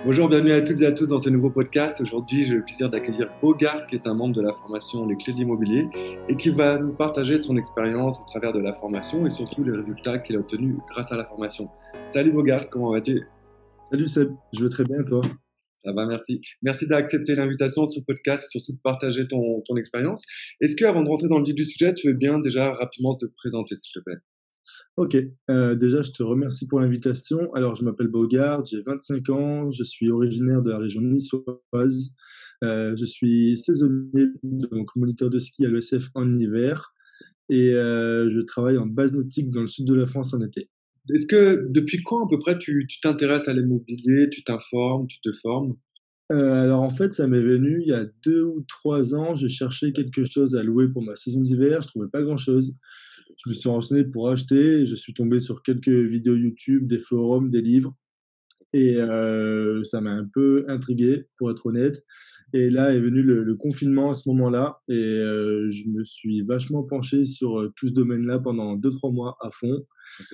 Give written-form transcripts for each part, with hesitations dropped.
Bonjour, bienvenue à toutes et à tous dans ce nouveau podcast. Aujourd'hui, j'ai le plaisir d'accueillir Bogart, qui est un membre de la formation Les Clés de l'Immobilier et qui va nous partager son expérience au travers de la formation et surtout les résultats qu'il a obtenus grâce à la formation. Salut Bogart, comment vas-tu? Salut Seb, je vais très bien toi. Ça va, merci. Merci d'accepter l'invitation sur le podcast et surtout de partager ton expérience. Est-ce que, avant de rentrer dans le vif du sujet, tu veux bien déjà rapidement te présenter, s'il te plaît? Ok, déjà je te remercie pour l'invitation. Alors je m'appelle Bogard, j'ai 25 ans, je suis originaire de la région niçoise. Je suis saisonnier, donc moniteur de ski à l'ESF en hiver et je travaille en base nautique dans le sud de la France en été. Est-ce que, depuis quand à peu près tu t'intéresses à l'immobilier, tu t'informes, tu te formes? Alors en fait, ça m'est venu il y a 2 ou 3 ans. Je cherchais quelque chose à louer pour ma saison d'hiver. Je trouvais pas grand-chose. Je me suis renseigné pour acheter. Et je suis tombé sur quelques vidéos YouTube, des forums, des livres. Et ça m'a un peu intrigué, pour être honnête. Et là est venu le confinement à ce moment-là. Et je me suis vachement penché sur tout ce domaine-là pendant 2, 3 mois à fond.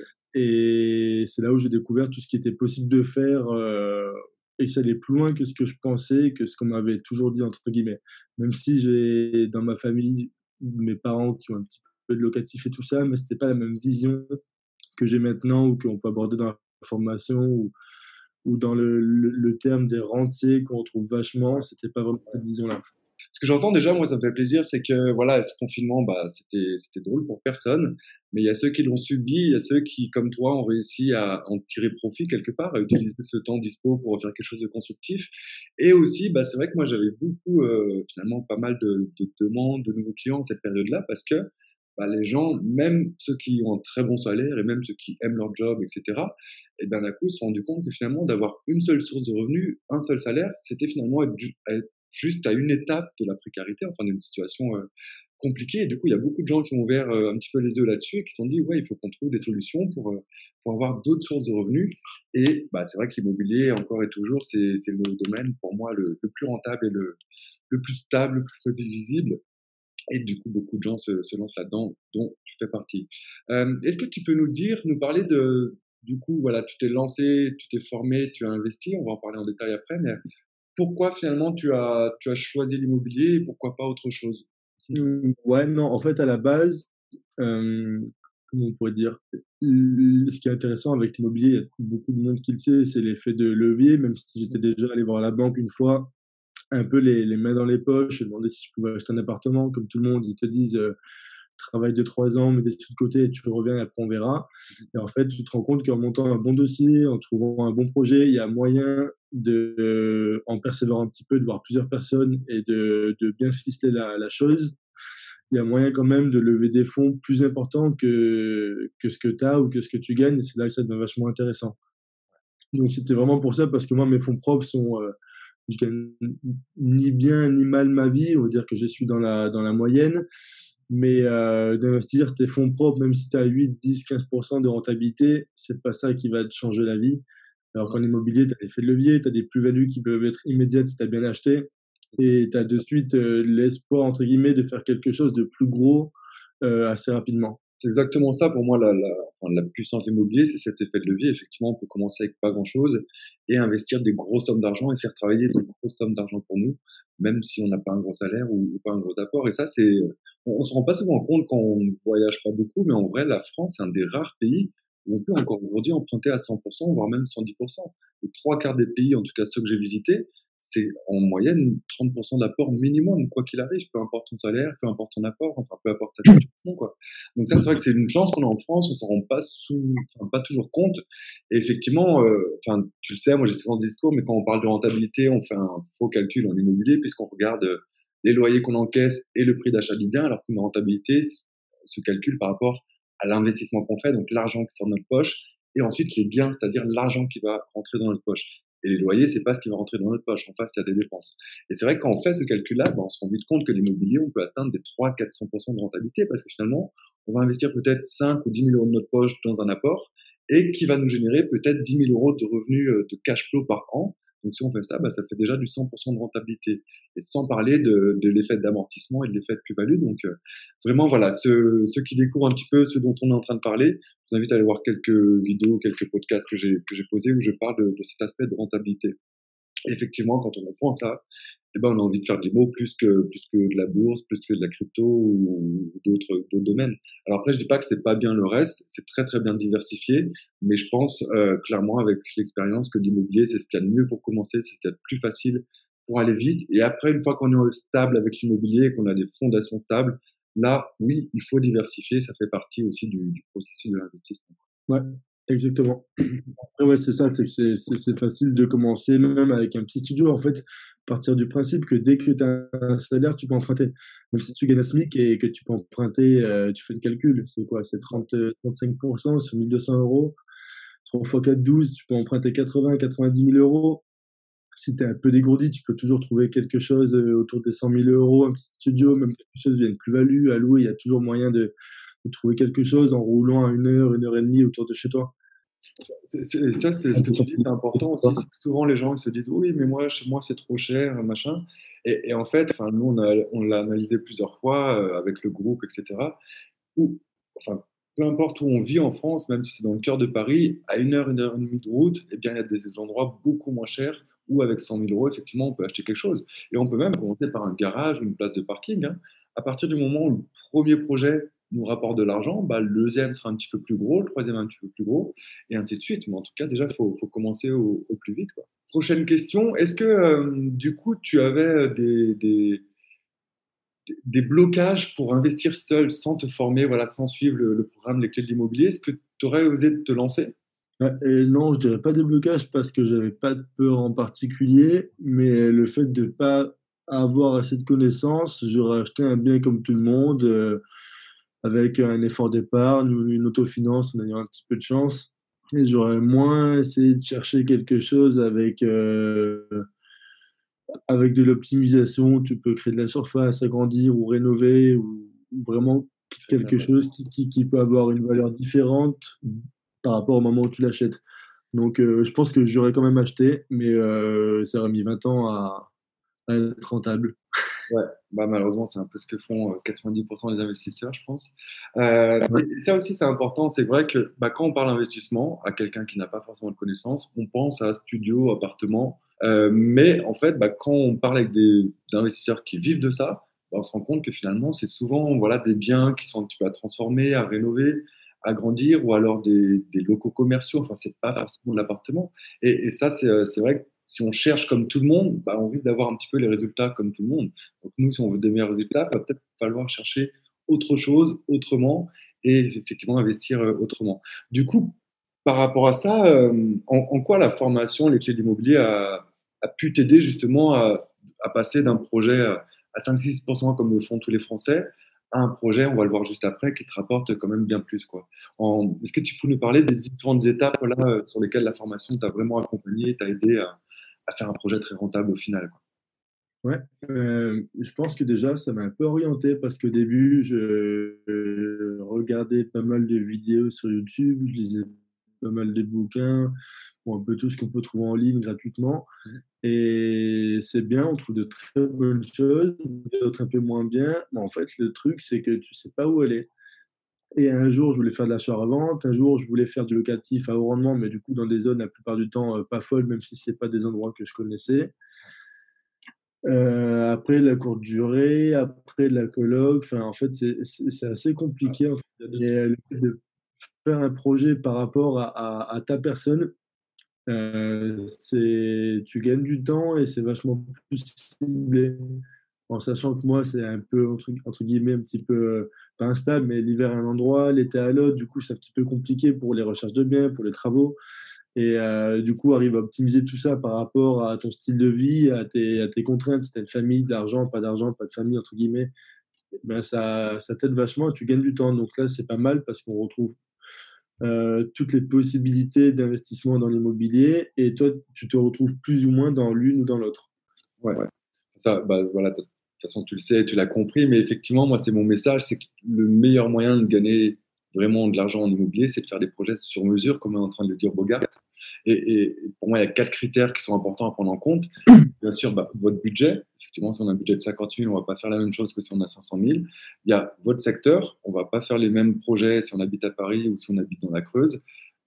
Et c'est là où j'ai découvert tout ce qui était possible de faire et que ça allait plus loin que ce que je pensais, que ce qu'on m'avait toujours dit, entre guillemets. Même si j'ai dans ma famille mes parents qui ont un petit peu de locatif et tout ça, mais c'était pas la même vision que j'ai maintenant ou qu'on peut aborder dans la formation ou dans le terme des rentiers qu'on retrouve vachement. C'était pas vraiment cette vision-là. Ce que j'entends déjà, moi, ça me fait plaisir, c'est que voilà, ce confinement, bah, c'était drôle pour personne, mais il y a ceux qui l'ont subi, il y a ceux qui, comme toi, ont réussi à en tirer profit quelque part, à utiliser ce temps dispo pour faire quelque chose de constructif. Et aussi, bah, c'est vrai que moi, j'avais beaucoup, finalement, pas mal de demandes de nouveaux clients à cette période-là, parce que bah, les gens, même ceux qui ont un très bon salaire et même ceux qui aiment leur job, etc., et bien d'un coup, se sont rendus compte que finalement, d'avoir une seule source de revenus, un seul salaire, c'était finalement être juste à une étape de la précarité, enfin d'une situation compliquée. Et du coup, il y a beaucoup de gens qui ont ouvert un petit peu les yeux là-dessus et qui se sont dit, ouais, il faut qu'on trouve des solutions pour avoir d'autres sources de revenus. Et bah, c'est vrai que l'immobilier, encore et toujours, c'est le domaine pour moi le plus rentable et le plus stable, le plus visible. Et du coup, beaucoup de gens se lancent là-dedans, dont tu fais partie. Est-ce que tu peux nous dire, nous parler du coup, voilà, tu t'es lancé, tu t'es formé, tu as investi, on va en parler en détail après, mais pourquoi finalement tu as choisi l'immobilier et pourquoi pas autre chose? Ouais, non, en fait, à la base, euh, comment on pourrait dire, ce qui est intéressant avec l'immobilier, il y a beaucoup de monde qui le sait, c'est l'effet de levier. Même si j'étais déjà allé voir la banque une fois, un peu les mains dans les poches, et demander si je pouvais acheter un appartement, comme tout le monde, ils te disent travaille 2, 3 ans, mets des sous de côté et tu reviens et après on verra. Et en fait, tu te rends compte qu'en montant un bon dossier, en trouvant un bon projet, il y a moyen en persévérant un petit peu, de voir plusieurs personnes et de bien ficeler la chose. Il y a moyen quand même de lever des fonds plus importants que ce que tu as ou que ce que tu gagnes. Et c'est là que ça devient vachement intéressant. Donc c'était vraiment pour ça, parce que moi, mes fonds propres sont, je gagne ni bien ni mal ma vie, on va dire que je suis dans la moyenne, mais d'investir tes fonds propres, même si tu as 8, 10, 15% de rentabilité, c'est pas ça qui va te changer la vie. Alors qu'en immobilier, tu as des faits de levier, tu as des plus-values qui peuvent être immédiates si tu as bien acheté, et tu as de suite l'espoir, entre guillemets, de faire quelque chose de plus gros assez rapidement. C'est exactement ça pour moi, enfin, la puissance de l'immobilier, c'est cet effet de levier. Effectivement, on peut commencer avec pas grand-chose et investir des grosses sommes d'argent et faire travailler des grosses sommes d'argent pour nous, même si on n'a pas un gros salaire ou pas un gros apport. Et ça, on se rend pas souvent compte quand on ne voyage pas beaucoup, mais en vrai, la France, c'est un des rares pays où on peut encore aujourd'hui emprunter à 100%, voire même 110%. Les trois quarts des pays, en tout cas ceux que j'ai visités, c'est en moyenne 30% d'apport minimum, quoi qu'il arrive, peu importe ton salaire, peu importe ton apport, enfin, peu importe ta situation, quoi. Donc ça, c'est vrai que c'est une chance qu'on a en France, on s'en rend pas enfin, pas toujours compte. Et effectivement, enfin, tu le sais, moi j'ai souvent ce discours, mais quand on parle de rentabilité, on fait un faux calcul en immobilier puisqu'on regarde les loyers qu'on encaisse et le prix d'achat du bien, alors qu'une rentabilité se calcule par rapport à l'investissement qu'on fait, donc l'argent qui sort de notre poche, et ensuite les biens, c'est-à-dire l'argent qui va rentrer dans notre poche. Et les loyers, c'est pas ce qui va rentrer dans notre poche. En face, il y a des dépenses. Et c'est vrai que quand on fait ce calcul-là, ben, on se rend vite compte que l'immobilier, on peut atteindre des 300-400% de rentabilité parce que finalement, on va investir peut-être 5 ou 10 000 euros de notre poche dans un apport et qui va nous générer peut-être 10 000 euros de revenus de cash flow par an. Donc si on fait ça, bah, ça fait déjà du 100% de rentabilité. Et sans parler de l'effet d'amortissement et de l'effet de plus-value. Donc vraiment, voilà, ceux qui découvrent un petit peu ce dont on est en train de parler, je vous invite à aller voir quelques vidéos, quelques podcasts que j'ai posés où je parle de cet aspect de rentabilité. Et effectivement, quand on comprend ça, eh ben, on a envie de faire de l'IMO plus que de la bourse, plus que de la crypto ou d'autres domaines. Alors après, je dis pas que c'est pas bien le reste, c'est très très bien diversifié, mais je pense clairement avec l'expérience que l'immobilier, c'est ce qu'il y a de mieux pour commencer, c'est ce qu'il y a de plus facile pour aller vite. Et après, une fois qu'on est stable avec l'immobilier et qu'on a des fondations stables, là, oui, il faut diversifier, ça fait partie aussi du processus de l'investissement. Ouais, exactement. Après, ouais, c'est ça, c'est que c'est facile de commencer, même avec un petit studio, en fait, partir du principe que dès que tu as un salaire, tu peux emprunter. Même si tu gagnes un SMIC et que tu peux emprunter, tu fais le calcul, c'est quoi? C'est 35% sur 1 200 euros. 3 fois 4, 12, tu peux emprunter 80 000 – 90 000 euros. Si tu es un peu dégourdi, tu peux toujours trouver quelque chose autour des 100 000 euros, un petit studio, même quelque chose via une plus-value à louer. Il y a toujours moyen de trouver quelque chose en roulant à 1 heure et demie autour de chez toi. Ça, c'est ce que tu dis, c'est important aussi. C'est que souvent, les gens ils se disent, oui, mais moi, chez moi, c'est trop cher, machin. Et en fait, enfin, nous, on l'a analysé plusieurs fois avec le groupe, etc. Où, enfin, peu importe où on vit en France, même si c'est dans le cœur de Paris, à 1 heure et demie de route, eh bien, il y a des endroits beaucoup moins chers où, avec 100 000 euros, effectivement, on peut acheter quelque chose. Et on peut même commencer par un garage ou une place de parking, hein. À partir du moment où le premier projet nous rapporte de l'argent, bah, le deuxième sera un petit peu plus gros, le troisième un petit peu plus gros, et ainsi de suite. Mais en tout cas, déjà, il faut commencer au plus vite, quoi. Prochaine question. Est-ce que, du coup, tu avais des blocages pour investir seul sans te former, voilà, sans suivre le programme Les Clés de l'immobilier? Est-ce que tu aurais osé te lancer? Ouais, et non, je dirais pas des blocages parce que j'avais pas de peur en particulier, mais le fait de pas avoir assez de connaissances, j'aurais acheté un bien comme tout le monde, avec un effort d'épargne ou une autofinance en ayant un petit peu de chance. Et j'aurais moins essayé de chercher quelque chose avec de l'optimisation, où tu peux créer de la surface, agrandir ou rénover, ou vraiment quelque chose qui peut avoir une valeur différente par rapport au moment où tu l'achètes. Donc, je pense que j'aurais quand même acheté, mais ça aurait mis 20 ans à être rentable. Ouais, bah, malheureusement, c'est un peu ce que font 90% des investisseurs, je pense. Ouais. Et ça aussi, c'est important. C'est vrai que bah, quand on parle investissement à quelqu'un qui n'a pas forcément de connaissances, on pense à studio, appartement. Mais en fait, bah, quand on parle avec des investisseurs qui vivent de ça, bah, on se rend compte que finalement, c'est souvent voilà, des biens qui sont un petit peu à transformer, à rénover, à grandir, ou alors des locaux commerciaux. Enfin, c'est pas forcément de l'appartement. Et ça, c'est vrai que si on cherche comme tout le monde, bah, on risque d'avoir un petit peu les résultats comme tout le monde. Donc nous, si on veut des meilleurs résultats, il va peut-être falloir chercher autre chose, autrement, et effectivement investir autrement. Du coup, par rapport à ça, en quoi la formation, les clés de l'immobilier a pu t'aider justement à passer d'un projet à 5-6% comme le font tous les Français, à un projet, on va le voir juste après, qui te rapporte quand même bien plus, quoi. Est-ce que tu peux nous parler des différentes étapes là, sur lesquelles la formation t'a vraiment accompagné, t'a aidé à faire un projet très rentable au final, quoi. Ouais, je pense que déjà, ça m'a un peu orienté parce qu'au début, je regardais pas mal de vidéos sur YouTube, je lisais pas mal de bouquins, bon, un peu tout ce qu'on peut trouver en ligne gratuitement. Mhm. Et c'est bien, on trouve de très bonnes choses, d'autres un peu moins bien. Mais en fait, le truc, c'est que tu sais pas où aller. Et un jour, je voulais faire de l'achat-revente, un jour, je voulais faire du locatif à haut rendement, mais du coup, dans des zones, la plupart du temps, pas folles, même si c'est pas des endroits que je connaissais. Après la courte durée, après la coloc, enfin, en fait, c'est assez compliqué entre guillemets. Et le fait de faire un projet par rapport à ta personne, c'est tu gagnes du temps et c'est vachement plus ciblé. En sachant que moi, c'est un peu entre guillemets un petit peu, pas instable, mais l'hiver à un endroit, l'été à l'autre, du coup, c'est un petit peu compliqué pour les recherches de biens, pour les travaux. Et du coup, arrive à optimiser tout ça par rapport à ton style de vie, à tes contraintes. Si tu as une famille, de l'argent, pas de famille, entre guillemets, ben ça t'aide vachement et tu gagnes du temps. Donc là, c'est pas mal parce qu'on retrouve toutes les possibilités d'investissement dans l'immobilier et toi, tu te retrouves plus ou moins dans l'une ou dans l'autre. Ouais, ouais. Ça, bah, voilà, de toute façon, tu le sais, tu l'as compris, mais effectivement, moi, c'est mon message, c'est que le meilleur moyen de gagner vraiment de l'argent en immobilier, c'est de faire des projets sur mesure, comme est en train de le dire Bogart. Et pour moi, il y a 4 critères qui sont importants à prendre en compte. Bien sûr, bah, votre budget. Effectivement, si on a un budget de 50 000, on ne va pas faire la même chose que si on a 500 000. Il y a votre secteur. On ne va pas faire les mêmes projets si on habite à Paris ou si on habite dans la Creuse.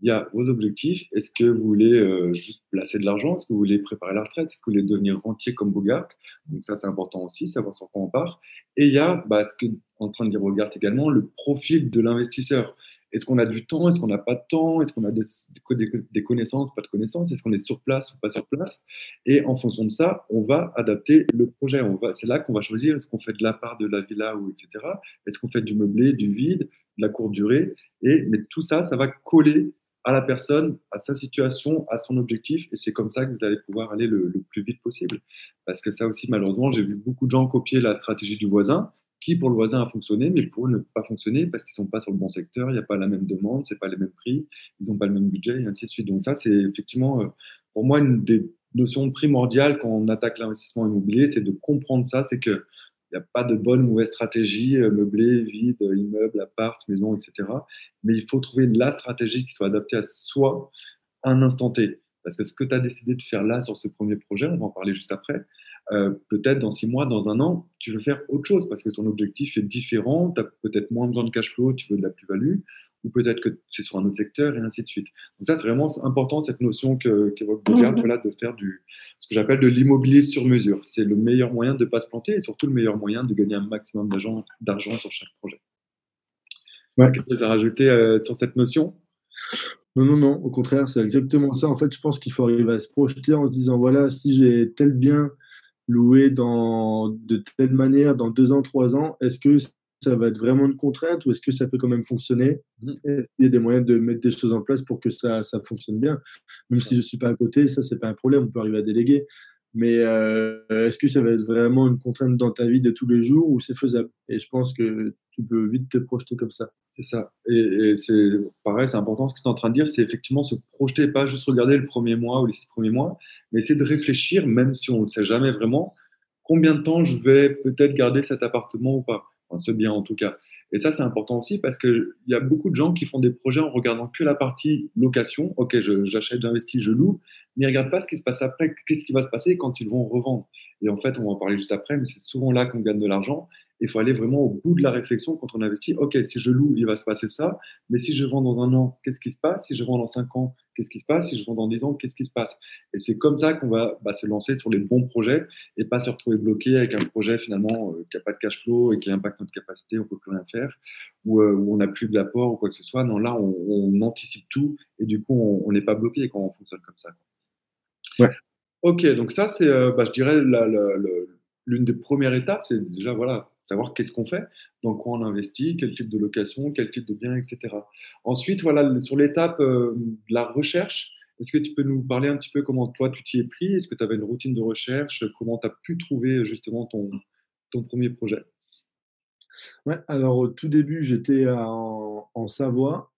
il y a vos objectifs. Est-ce que vous voulez juste placer de l'argent? Est-ce que vous voulez préparer la retraite? Est-ce que vous voulez devenir rentier comme Bogart? Donc ça, c'est important aussi, savoir sur quoi on part. Et il y a, ce que en train de dire Bogart également, le profil de l'investisseur. Est-ce qu'on a du temps? Est-ce qu'on n'a pas de temps? Est-ce qu'on a des connaissances, pas de connaissances? Est-ce qu'on est sur place ou pas sur place? Et en fonction de ça, on va adapter le projet. C'est là qu'on va choisir, est-ce qu'on fait de la part de la villa ou etc. Est-ce qu'on fait du meublé, du vide, de la courte durée? Mais tout ça, ça va coller à la personne, à sa situation, à son objectif. Et c'est comme ça que vous allez pouvoir aller le plus vite possible. Parce que ça aussi, malheureusement, j'ai vu beaucoup de gens copier la stratégie du voisin, qui pour le voisin a fonctionné, mais pour eux ne pas fonctionner parce qu'ils ne sont pas sur le bon secteur, il n'y a pas la même demande, c'est pas les mêmes prix, ils n'ont pas le même budget, et ainsi de suite. Donc ça, c'est effectivement, pour moi, une des notions primordiales quand on attaque l'investissement immobilier, c'est de comprendre ça, c'est que il n'y a pas de bonne ou mauvaise stratégie, meublé, vide, immeuble, appart, maison, etc. Mais il faut trouver la stratégie qui soit adaptée à soi à un instant T. Parce que ce que tu as décidé de faire là sur ce premier projet, on va en parler juste après, peut-être dans 6 mois, dans un an, tu veux faire autre chose parce que ton objectif est différent, tu as peut-être moins besoin de cash flow, tu veux de la plus-value, ou peut-être que c'est sur un autre secteur, et ainsi de suite. Donc ça, c'est vraiment important, cette notion qu'évoque Bogart, voilà, de faire ce que j'appelle de l'immobilier sur mesure. C'est le meilleur moyen de ne pas se planter et surtout le meilleur moyen de gagner un maximum d'argent sur chaque projet. Ouais. Quelque chose à rajouter sur cette notion? Non, non, non, au contraire, c'est exactement ça. En fait, je pense qu'il faut arriver à se projeter en se disant, voilà, si j'ai tel bien loué de telle manière dans 2 ans, 3 ans, est-ce que ça va être vraiment une contrainte ou est-ce que ça peut quand même fonctionner? Et il y a des moyens de mettre des choses en place pour que ça fonctionne bien. Même si je ne suis pas à côté, ça, c'est pas un problème, on peut arriver à déléguer. Mais est-ce que ça va être vraiment une contrainte dans ta vie de tous les jours ou c'est faisable? Et je pense que tu peux vite te projeter comme ça. C'est ça. Et c'est pareil, c'est important ce que tu es en train de dire, c'est effectivement se projeter, pas juste regarder le premier mois ou les 6 premiers mois, mais essayer de réfléchir, même si on ne le sait jamais vraiment, combien de temps je vais peut-être garder cet appartement ou pas. Enfin, ce bien en tout cas. Et ça, c'est important aussi parce qu'il y a beaucoup de gens qui font des projets en regardant que la partie location. Ok, j'achète, j'investis, je loue, mais ils ne regardent pas ce qui se passe après, qu'est-ce qui va se passer quand ils vont revendre. Et en fait, on va en parler juste après, mais c'est souvent là qu'on gagne de l'argent. Il faut aller vraiment au bout de la réflexion quand on investit. Ok, si je loue, il va se passer ça. Mais si je vends dans un an, qu'est-ce qui se passe? Si je vends dans 5 ans, qu'est-ce qui se passe? Si je vends dans 10 ans, qu'est-ce qui se passe? Et c'est comme ça qu'on va se lancer sur les bons projets et pas se retrouver bloqué avec un projet finalement qui n'a pas de cash flow et qui impacte notre capacité, on ne peut plus rien faire, où on n'a plus d'apport ou quoi que ce soit. Non, là, on anticipe tout et du coup, on n'est pas bloqué quand on fonctionne comme ça. Ouais. Ok, donc ça, c'est, je dirais, l'une des premières étapes, c'est déjà, voilà, savoir qu'est-ce qu'on fait, dans quoi on investit, quel type de location, quel type de bien, etc. Ensuite, voilà, sur l'étape de la recherche, est-ce que tu peux nous parler un petit peu comment toi, tu t'y es pris? Est-ce que tu avais une routine de recherche? Comment tu as pu trouver justement ton premier projet? Ouais, alors au tout début, j'étais en Savoie,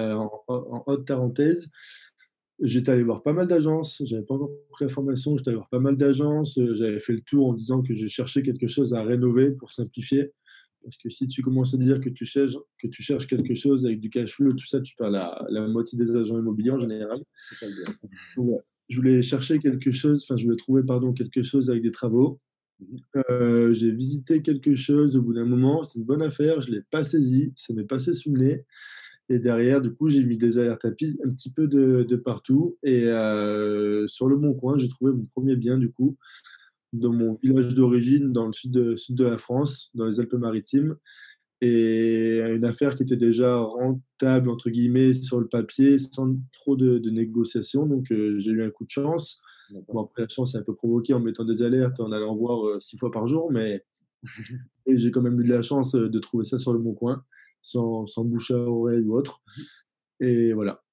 en Haute-Tarentaise. J'étais allé voir pas mal d'agences, j'avais pas encore pris la formation, j'étais allé voir pas mal d'agences, j'avais fait le tour en disant que je cherchais quelque chose à rénover pour simplifier. Parce que si tu commences à dire que tu cherches quelque chose avec du cash flow, tout ça, tu perds la moitié des agents immobiliers en général. C'est pas le bien. Ouais. Je voulais chercher quelque chose, enfin, je voulais trouver, pardon, quelque chose avec des travaux. Mhm. J'ai visité quelque chose au bout d'un moment, c'est une bonne affaire, je ne l'ai pas saisi, ça m'est passé sous le nez. Et derrière, du coup, j'ai mis des alertes à pied un petit peu de partout. Et sur le Bon Coin, j'ai trouvé mon premier bien, du coup, dans mon village d'origine, dans le sud de la France, dans les Alpes-Maritimes. Et une affaire qui était déjà rentable, entre guillemets, sur le papier, sans trop de négociations. Donc, j'ai eu un coup de chance. D'accord. Bon, après, la chance est un peu provoquée en mettant des alertes, en allant voir 6 fois par jour, mais et j'ai quand même eu de la chance de trouver ça sur le Bon Coin, sans bouche à oreille ou autre. Et voilà.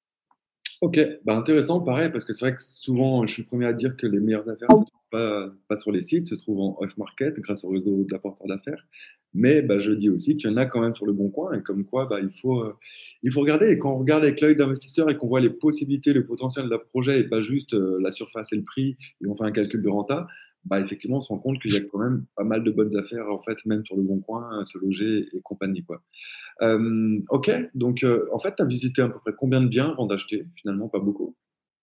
Ok, intéressant, pareil, parce que c'est vrai que souvent, je suis le premier à dire que les meilleures affaires ne se trouvent pas sur les sites, se trouvent en off-market grâce au réseau d'apporteurs d'affaires. Mais je dis aussi qu'il y en a quand même sur le bon coin, et comme quoi il faut regarder. Et quand on regarde avec l'œil d'investisseur et qu'on voit les possibilités, le potentiel d'un projet et pas juste la surface et le prix, et on fait un calcul de renta, effectivement, on se rend compte qu'il y a quand même pas mal de bonnes affaires, en fait, même sur le bon coin, à se loger et compagnie, quoi. Ok, donc en fait, tu as visité à peu près combien de biens avant d'acheter? Finalement, pas beaucoup.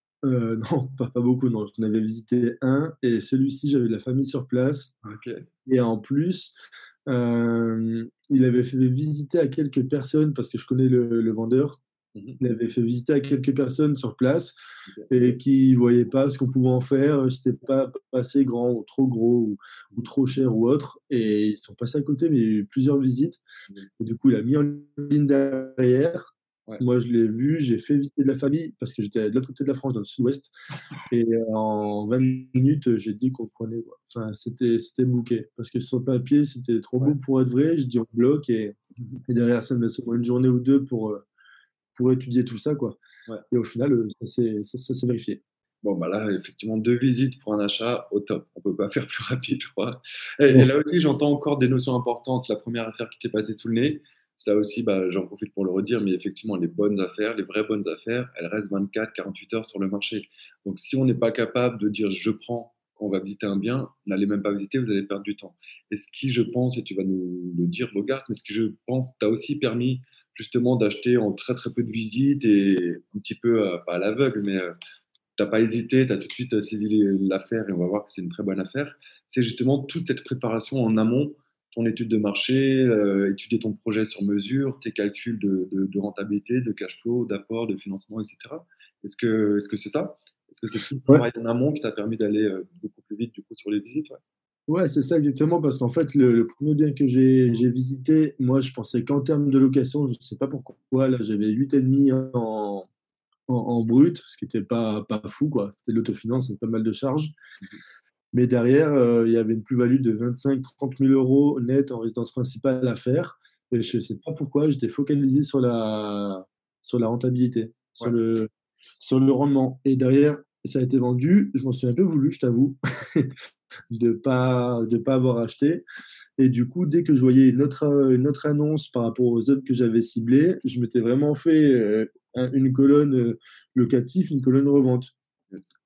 Non, pas beaucoup, non. J'en avais visité un et celui-ci, j'avais de la famille sur place. Ok, Et en plus, il avait fait visiter à quelques personnes parce que je connais le vendeur. Mmh. Il avait fait visiter à quelques personnes sur place OK. et qui ne voyaient pas ce qu'on pouvait en faire, c'était pas assez grand ou trop gros ou trop cher ou autre et ils sont passés à côté, mais il y a eu plusieurs visites Mmh. et du coup, il a mis en ligne derrière. Ouais, Moi, je l'ai vu, j'ai fait visiter de la famille parce que j'étais de l'autre côté de la France, dans le sud-ouest et en 20 minutes, j'ai dit qu'on prenait, quoi. Enfin, c'était bouquet parce que sur le papier, c'était trop ouais. beau pour être vrai. Je dis: «On bloque» et derrière ça me laisse au moins une journée ou 2 pour étudier tout ça, quoi. Ouais. Et au final, ça s'est vérifié. Bon, bah, là, effectivement, 2 visites pour un achat, au top. On peut pas faire plus rapide, je crois. Et Ouais, là aussi, j'entends encore des notions importantes. La première affaire qui t'est passée sous le nez, ça aussi, bah, j'en profite pour le redire, mais effectivement, les bonnes affaires, les vraies bonnes affaires, elles restent 24-48 heures sur le marché. Donc si on n'est pas capable de dire: «Je prends» quand on va visiter un bien, n'allez même pas visiter, vous allez perdre du temps. Et ce qui, je pense, et tu vas nous le dire, Bogart, mais ce qui, je pense, t'a aussi permis justement d'acheter en très, très peu de visites et un petit peu, pas à l'aveugle, mais tu pas hésité, tu as tout de suite saisi l'affaire et on va voir que c'est une très bonne affaire. C'est justement toute cette préparation en amont, ton étude de marché, étudier ton projet sur mesure, tes calculs de rentabilité, de cash flow, d'apport, de financement, et cetera. Est-ce que c'est ça? Est-ce que c'est tout le ouais, travail en amont qui t'a permis d'aller, beaucoup plus vite du coup sur les visites? Ouais. ouais, c'est ça exactement parce qu'en fait, le 1er bien que j'ai visité, moi, je pensais qu'en termes de location, je ne sais pas pourquoi, là, j'avais 8,5 en brut, ce qui était pas fou, quoi. C'était de l'autofinance, c'est pas mal de charges. Mmh. Mais derrière, il y avait une plus-value de 25 000 à 30 000 € net en résidence principale à faire et je sais pas pourquoi, j'étais focalisé sur la rentabilité, sur Ouais, le sur le rendement et derrière, ça a été vendu. Je m'en suis un peu voulu, je t'avoue, de pas avoir acheté et du coup, dès que je voyais une autre annonce par rapport aux autres que j'avais ciblées, je m'étais vraiment fait, une colonne, locatif, une colonne revente. yes.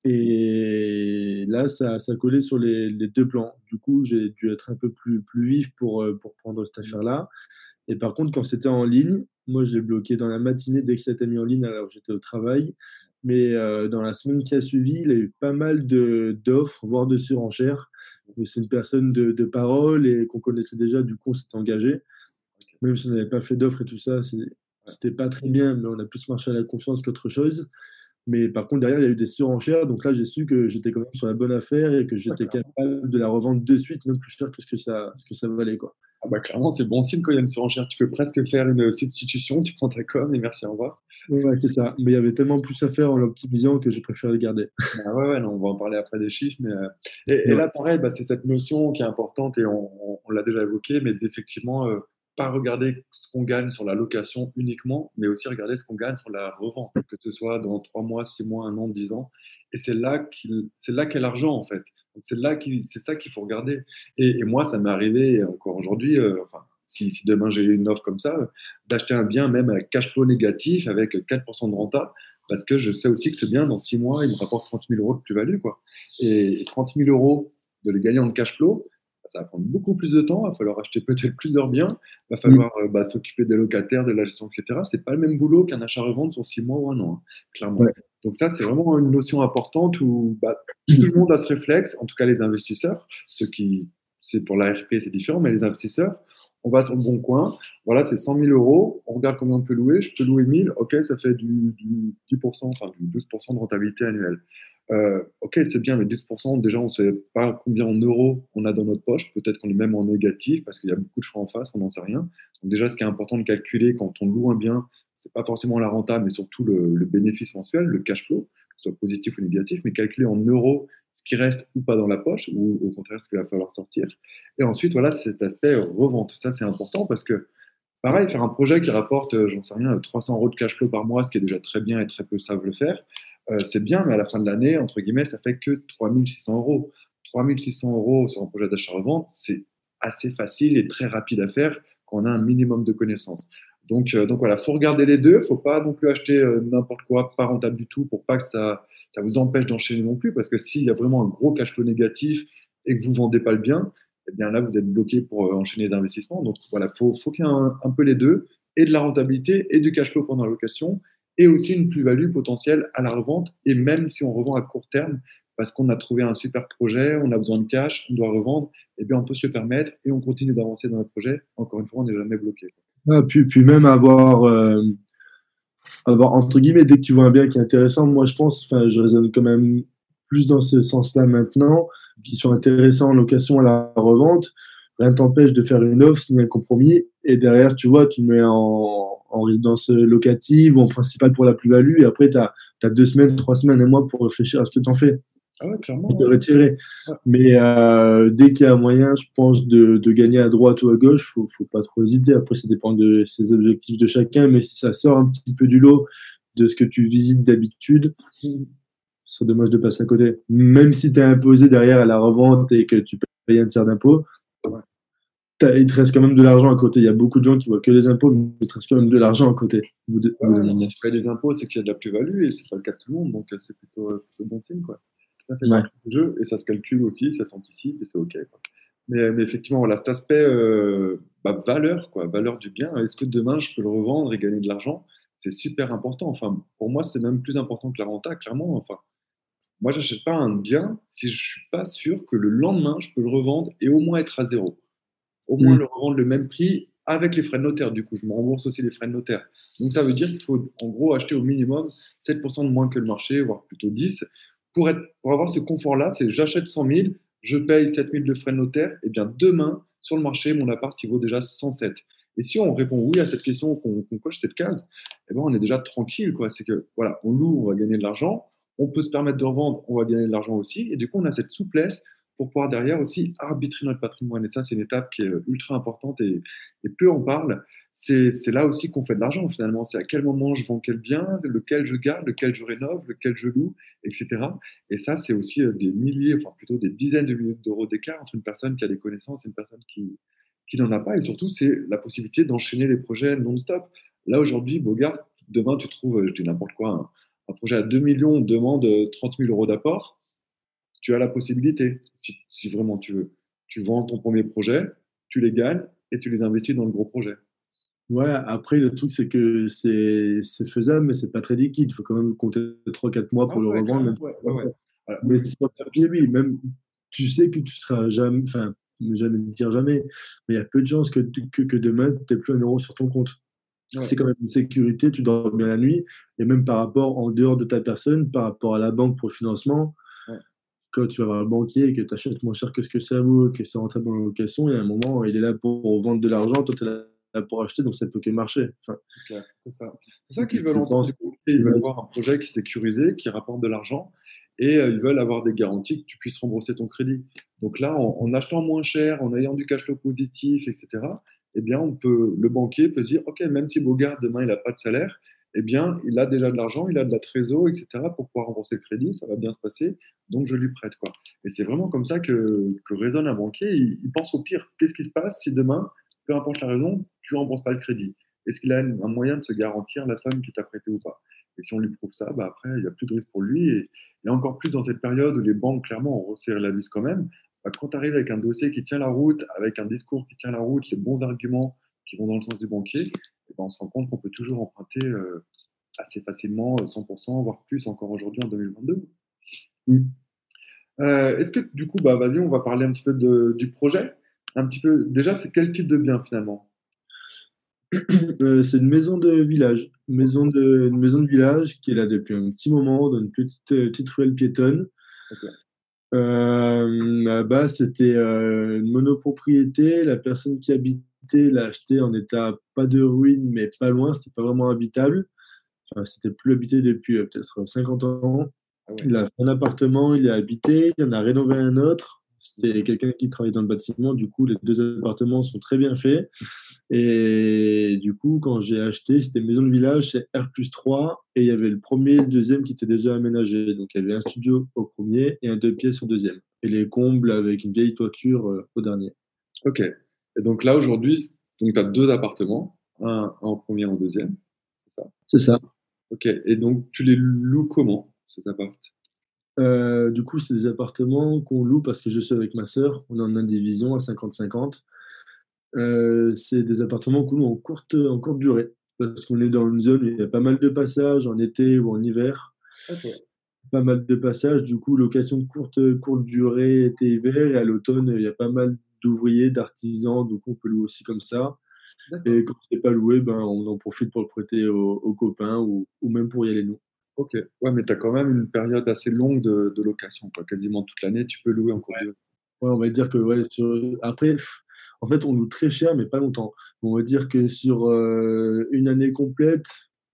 Et là, ça collait sur les 2 plans. Du coup, j'ai dû être un peu plus vif pour prendre cette Mmh. affaire-là. Et par contre, quand c'était en ligne, moi, je l'ai bloqué dans la matinée dès que ça a été mis en ligne, alors que j'étais au travail. Mais dans la semaine qui a suivi, il y a eu pas mal d'offres, voire de surenchères. Mais c'est une personne de parole et qu'on connaissait déjà, du coup, on s'était engagé. OK. Même si on n'avait pas fait d'offres et tout ça, Ouais. c'était pas très bien, mais on a plus marché à la confiance qu'autre chose. Mais par contre, derrière, il y a eu des surenchères. Donc là, j'ai su que j'étais quand même sur la bonne affaire et que Ouais, j'étais clairement. capable de la revendre de suite, même plus cher que ce que ça valait, quoi. Ah bah, clairement, c'est bon signe quand il y a une surenchère. Tu peux presque faire une substitution, tu prends ta com et merci, au revoir. Ouais, c'est ça. Mais il y avait tellement plus à faire en l'optimisant que j'ai préféré le garder. Bah, ouais, ouais, non, on va en parler après des chiffres, mais et Ouais, là, pareil, bah, c'est cette notion qui est importante et on l'a déjà évoqué, mais d'effectivement, pas regarder ce qu'on gagne sur la location uniquement, mais aussi regarder ce qu'on gagne sur la revente, que ce soit dans 3 mois, 6 mois, 1 an, 10 ans et c'est là qu'est l'argent, en fait. Donc c'est ça qu'il faut regarder et moi, ça m'est arrivé encore aujourd'hui, enfin, si demain j'ai une offre comme ça, d'acheter un bien même à cash flow négatif avec 4 de renta parce que je sais aussi que ce bien, dans 6 mois, il me rapporte 30 000 € de plus-value, quoi. Et 30 000 € de les gagner en cash flow, bah, ça va prendre beaucoup plus de temps. Il va falloir acheter peut-être plusieurs biens. Il va mmh, falloir bah, s'occuper des locataires, de la gestion, etc. C'est pas le même boulot qu'un achat-revente sur 6 mois ou 1 an, hein, clairement. ouais. Donc ça, c'est vraiment une notion importante où bah, tout le monde a ce réflexe, en tout cas les investisseurs, ceux qui, c'est pour l'AFP, c'est différent, mais les investisseurs, on va sur le bon coin, voilà, c'est 100 000 €. On regarde combien on peut louer. Je peux louer 1000. OK, ça fait du 10%, enfin du 12% de rentabilité annuelle. OK, c'est bien, mais 10%, déjà, on ne sait pas combien en euros on a dans notre poche. Peut-être qu'on est même en négatif parce qu'il y a beaucoup de frais en face, on n'en sait rien. Donc, déjà, ce qui est important de calculer quand on loue un bien, c'est pas forcément la renta, mais surtout le bénéfice mensuel, le cash flow, que ce soit positif ou négatif, mais calculer en euros ce qui reste ou pas dans la poche, ou au contraire ce qu'il va falloir sortir. Et ensuite, voilà, cet aspect revente. Ça, c'est important parce que, pareil, faire un projet qui rapporte, j'en sais rien, 300 € de cash flow par mois, ce qui est déjà très bien et très peu savent le faire, c'est bien, mais à la fin de l'année, entre guillemets, ça fait que 3 600 €. 3 600 € sur un projet d'achat-revente, c'est assez facile et très rapide à faire quand on a un minimum de connaissances. Donc voilà, il faut regarder les deux. Il ne faut pas non plus acheter n'importe quoi, pas rentable du tout, pour pas que ça vous empêche d'enchaîner non plus. Parce que s'il y a vraiment un gros cash flow négatif et que vous ne vendez pas le bien, eh bien là, vous êtes bloqué pour enchaîner d'investissement. Donc voilà, faut qu'il y ait un peu les deux, et de la rentabilité et du cash flow pendant la location, et aussi une plus-value potentielle à la revente. Et même si on revend à court terme, parce qu'on a trouvé un super projet, on a besoin de cash, on doit revendre, eh bien on peut se le permettre et on continue d'avancer dans notre projet. Encore une fois, on n'est jamais bloqué. Ah, puis même avoir, avoir, entre guillemets, dès que tu vois un bien qui est intéressant, moi je pense, enfin, je raisonne quand même plus dans ce sens-là maintenant, qui sont intéressants en location à la revente. Rien ne t'empêche de faire une offre, signer un compromis, et derrière, tu vois, tu le mets en résidence locative ou en principal pour la plus-value, et après, tu as 2 semaines, 3 semaines, un mois pour réfléchir à ce que tu en fais, Ah ouais, et clairement, te ouais. retirer. Ouais. Mais dès qu'il y a moyen, je pense, de gagner à droite ou à gauche, faut pas trop hésiter. Après, ça dépend de ses objectifs de chacun, mais si ça sort un petit peu du lot de ce que tu visites d'habitude, ce serait dommage de passer à côté. Même si tu es imposé derrière à la revente et que tu payes un tiers d'impôt, Ouais. il te reste quand même de l'argent à côté. Il y a beaucoup de gens qui voient que les impôts, mais il te reste quand même de l'argent à côté Ouais, au bout d'un non, si moment. tu payes des impôts, c'est qu'il y a de la plus-value et c'est pas le cas de tout le monde, donc c'est plutôt bon signe, quoi. Ça fait Ouais. partie du jeu et ça se calcule aussi, ça s'anticipe et c'est OK, quoi. Mais effectivement, voilà, cet aspect valeur, quoi, valeur du bien, est-ce que demain je peux le revendre et gagner de l'argent? C'est super important. Enfin, pour moi, c'est même plus important que la renta, clairement. Enfin, moi, j'achète pas un bien si je suis pas sûr que le lendemain, je peux le revendre et au moins être à zéro. Au moins Mm. le revendre le même prix avec les frais de notaire. Du coup, je me rembourse aussi les frais de notaire. Donc, ça veut dire qu'il faut en gros acheter au minimum 7% de moins que le marché, voire plutôt 10. Pour avoir ce confort-là, c'est j'achète 100 000, je paye 7 000 de frais de notaire, et bien demain, sur le marché, mon appart, il vaut déjà 107. Et si on répond oui à cette question, qu'on coche cette case, eh ben, on est déjà tranquille, quoi. C'est que, voilà, on loue, on va gagner de l'argent, on peut se permettre de revendre, on va gagner de l'argent aussi, et du coup, on a cette souplesse pour pouvoir derrière aussi arbitrer notre patrimoine. Et ça, c'est une étape qui est ultra importante et peu on parle. C'est là aussi qu'on fait de l'argent finalement. C'est à quel moment je vends quel bien, lequel je garde, lequel je rénove, lequel je loue, etc. Et ça, c'est aussi des milliers, enfin plutôt des dizaines de milliers d'euros d'écart entre une personne qui a des connaissances et une personne qui n'en a pas. Et surtout, c'est la possibilité d'enchaîner les projets non-stop. Là, aujourd'hui, Bogart, demain, tu trouves, je dis n'importe quoi, un projet à 2 millions demande 30 000 euros d'apport, tu as la possibilité, si vraiment tu veux. Tu vends ton premier projet, tu les gagnes et tu les investis dans le gros projet. Ouais, après, le truc, c'est que c'est faisable, mais c'est pas très liquide. Il faut quand même compter 3 4 mois Ah pour le ouais, revendre. clairement, Même ouais, ouais, ouais. Voilà. mais sur papier, oui, même tu sais que tu seras jamais, enfin, ne jamais dire jamais, mais il y a peu de chances que demain, tu n'aies plus un euro sur ton compte. Ouais, C'est quand même une sécurité, tu dors bien la nuit, et même par rapport, en dehors de ta personne, par rapport à la banque pour le financement, ouais, quand tu vas voir le banquier et que tu achètes moins cher que ce que ça vaut, que c'est rentré dans la location, il y a un moment, il est là pour vendre de l'argent, toi, tu es là pour acheter, donc ça ne peut que marcher. Enfin, c'est clair, c'est ça. C'est ça qu'ils veulent je entendre pense du que courtier. Ils de veulent base, voir un projet qui est sécurisé, qui rapporte de l'argent et ils veulent avoir des garanties que tu puisses rembourser ton crédit. Donc là, en achetant moins cher, en ayant du cash flow positif, etc., eh bien, le banquier peut se dire, OK, même si Bogart, demain, il n'a pas de salaire, eh bien, il a déjà de l'argent, il a de la trésor, etc., pour pouvoir rembourser le crédit, ça va bien se passer, donc je lui prête, quoi. Et c'est vraiment comme ça que raisonne un banquier. Il pense au pire. Qu'est-ce qui se passe si demain, peu importe la raison, tu ne rembourses pas le crédit? Est-ce qu'il a un moyen de se garantir la somme qu'il t'a prêtée ou pas? Et si on lui prouve ça, bah après, il n'y a plus de risque pour lui. Et encore plus dans cette période où les banques, clairement, ont resserré la vis quand même, bah, quand tu arrives avec un dossier qui tient la route, avec un discours qui tient la route, les bons arguments qui vont dans le sens du banquier, et ben on se rend compte qu'on peut toujours emprunter assez facilement, 100%, voire plus encore aujourd'hui en 2022. mm. Est-ce que du coup, bah, vas-y, on va parler un petit peu du projet. Un petit peu, déjà, c'est quel type de bien finalement? C'est une maison de village, une maison de village qui est là depuis un petit moment, dans une petite ruelle piétonne. Ok, Là-bas, c'était une monopropriété. La personne qui habitait l'a acheté en état pas de ruine, mais pas loin. C'était pas vraiment habitable. Enfin, c'était plus habité depuis peut-être 50 ans. ah ouais, Il a fait un appartement, il y a habité, il en a rénové un autre. C'était quelqu'un qui travaillait dans le bâtiment. Du coup, les deux appartements sont très bien faits. Et du coup, quand j'ai acheté, c'était maison de village, c'est R+3, et il y avait le premier et le deuxième qui étaient déjà aménagés. Donc il y avait un studio au premier et un 2 pièces au deuxième. Et les combles avec une vieille toiture au dernier. ok. Et donc là, aujourd'hui, tu as deux appartements, un en premier, un en deuxième, c'est ça? C'est ça. Ok. Et donc, tu les loues comment, cet appart? Du coup, c'est des appartements qu'on loue parce que je suis avec ma sœur. On est en indivision à 50-50. C'est des appartements qu'on loue en courte durée. Parce qu'on est dans une zone où il y a pas mal de passages en été ou en hiver. Ok. Pas mal de passages, du coup, location de courte durée été-hiver, et à l'automne, il y a pas mal d'ouvriers, d'artisans, donc on peut louer aussi comme ça. D'accord. Et quand c'est pas loué, ben, on en profite pour le prêter aux copains ou même pour y aller nous. Ok. Ouais, mais tu as quand même une période assez longue de location, quoi. Quasiment toute l'année, tu peux louer en cours de. Ouais, on va dire que ouais, après, en fait, on loue très cher, mais pas longtemps. On va dire que sur une année complète,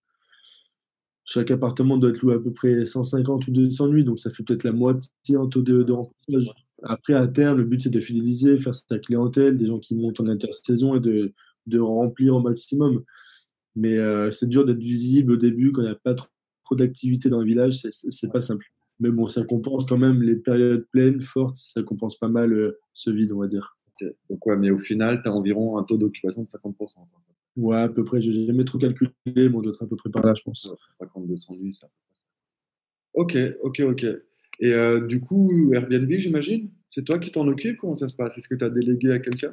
chaque appartement doit être loué à peu près 150 ou 200 nuits, donc ça fait peut-être la moitié en taux de Ouais, remplissage. c'est ça. Après, à terme, le but, c'est de fidéliser, faire sa clientèle, des gens qui montent en intersaison et de remplir au maximum. Mais c'est dur d'être visible au début quand il n'y a pas trop d'activité dans le village, c'est Ouais. pas simple. Mais bon, ça compense quand même les périodes pleines, fortes, ça compense pas mal ce vide, on va dire. Ok. Donc, ouais, mais au final, tu as environ un taux d'occupation de 50%, quoi. Ouais, à peu près, j'ai jamais trop calculé, mais on doit être à peu près par là, je Ouais, pense. 50, 200 nuits, ça. Ok, ok, ok. Et du coup, Airbnb, j'imagine, c'est toi qui t'en occupes? Comment ça se passe? Est-ce que tu as délégué à quelqu'un?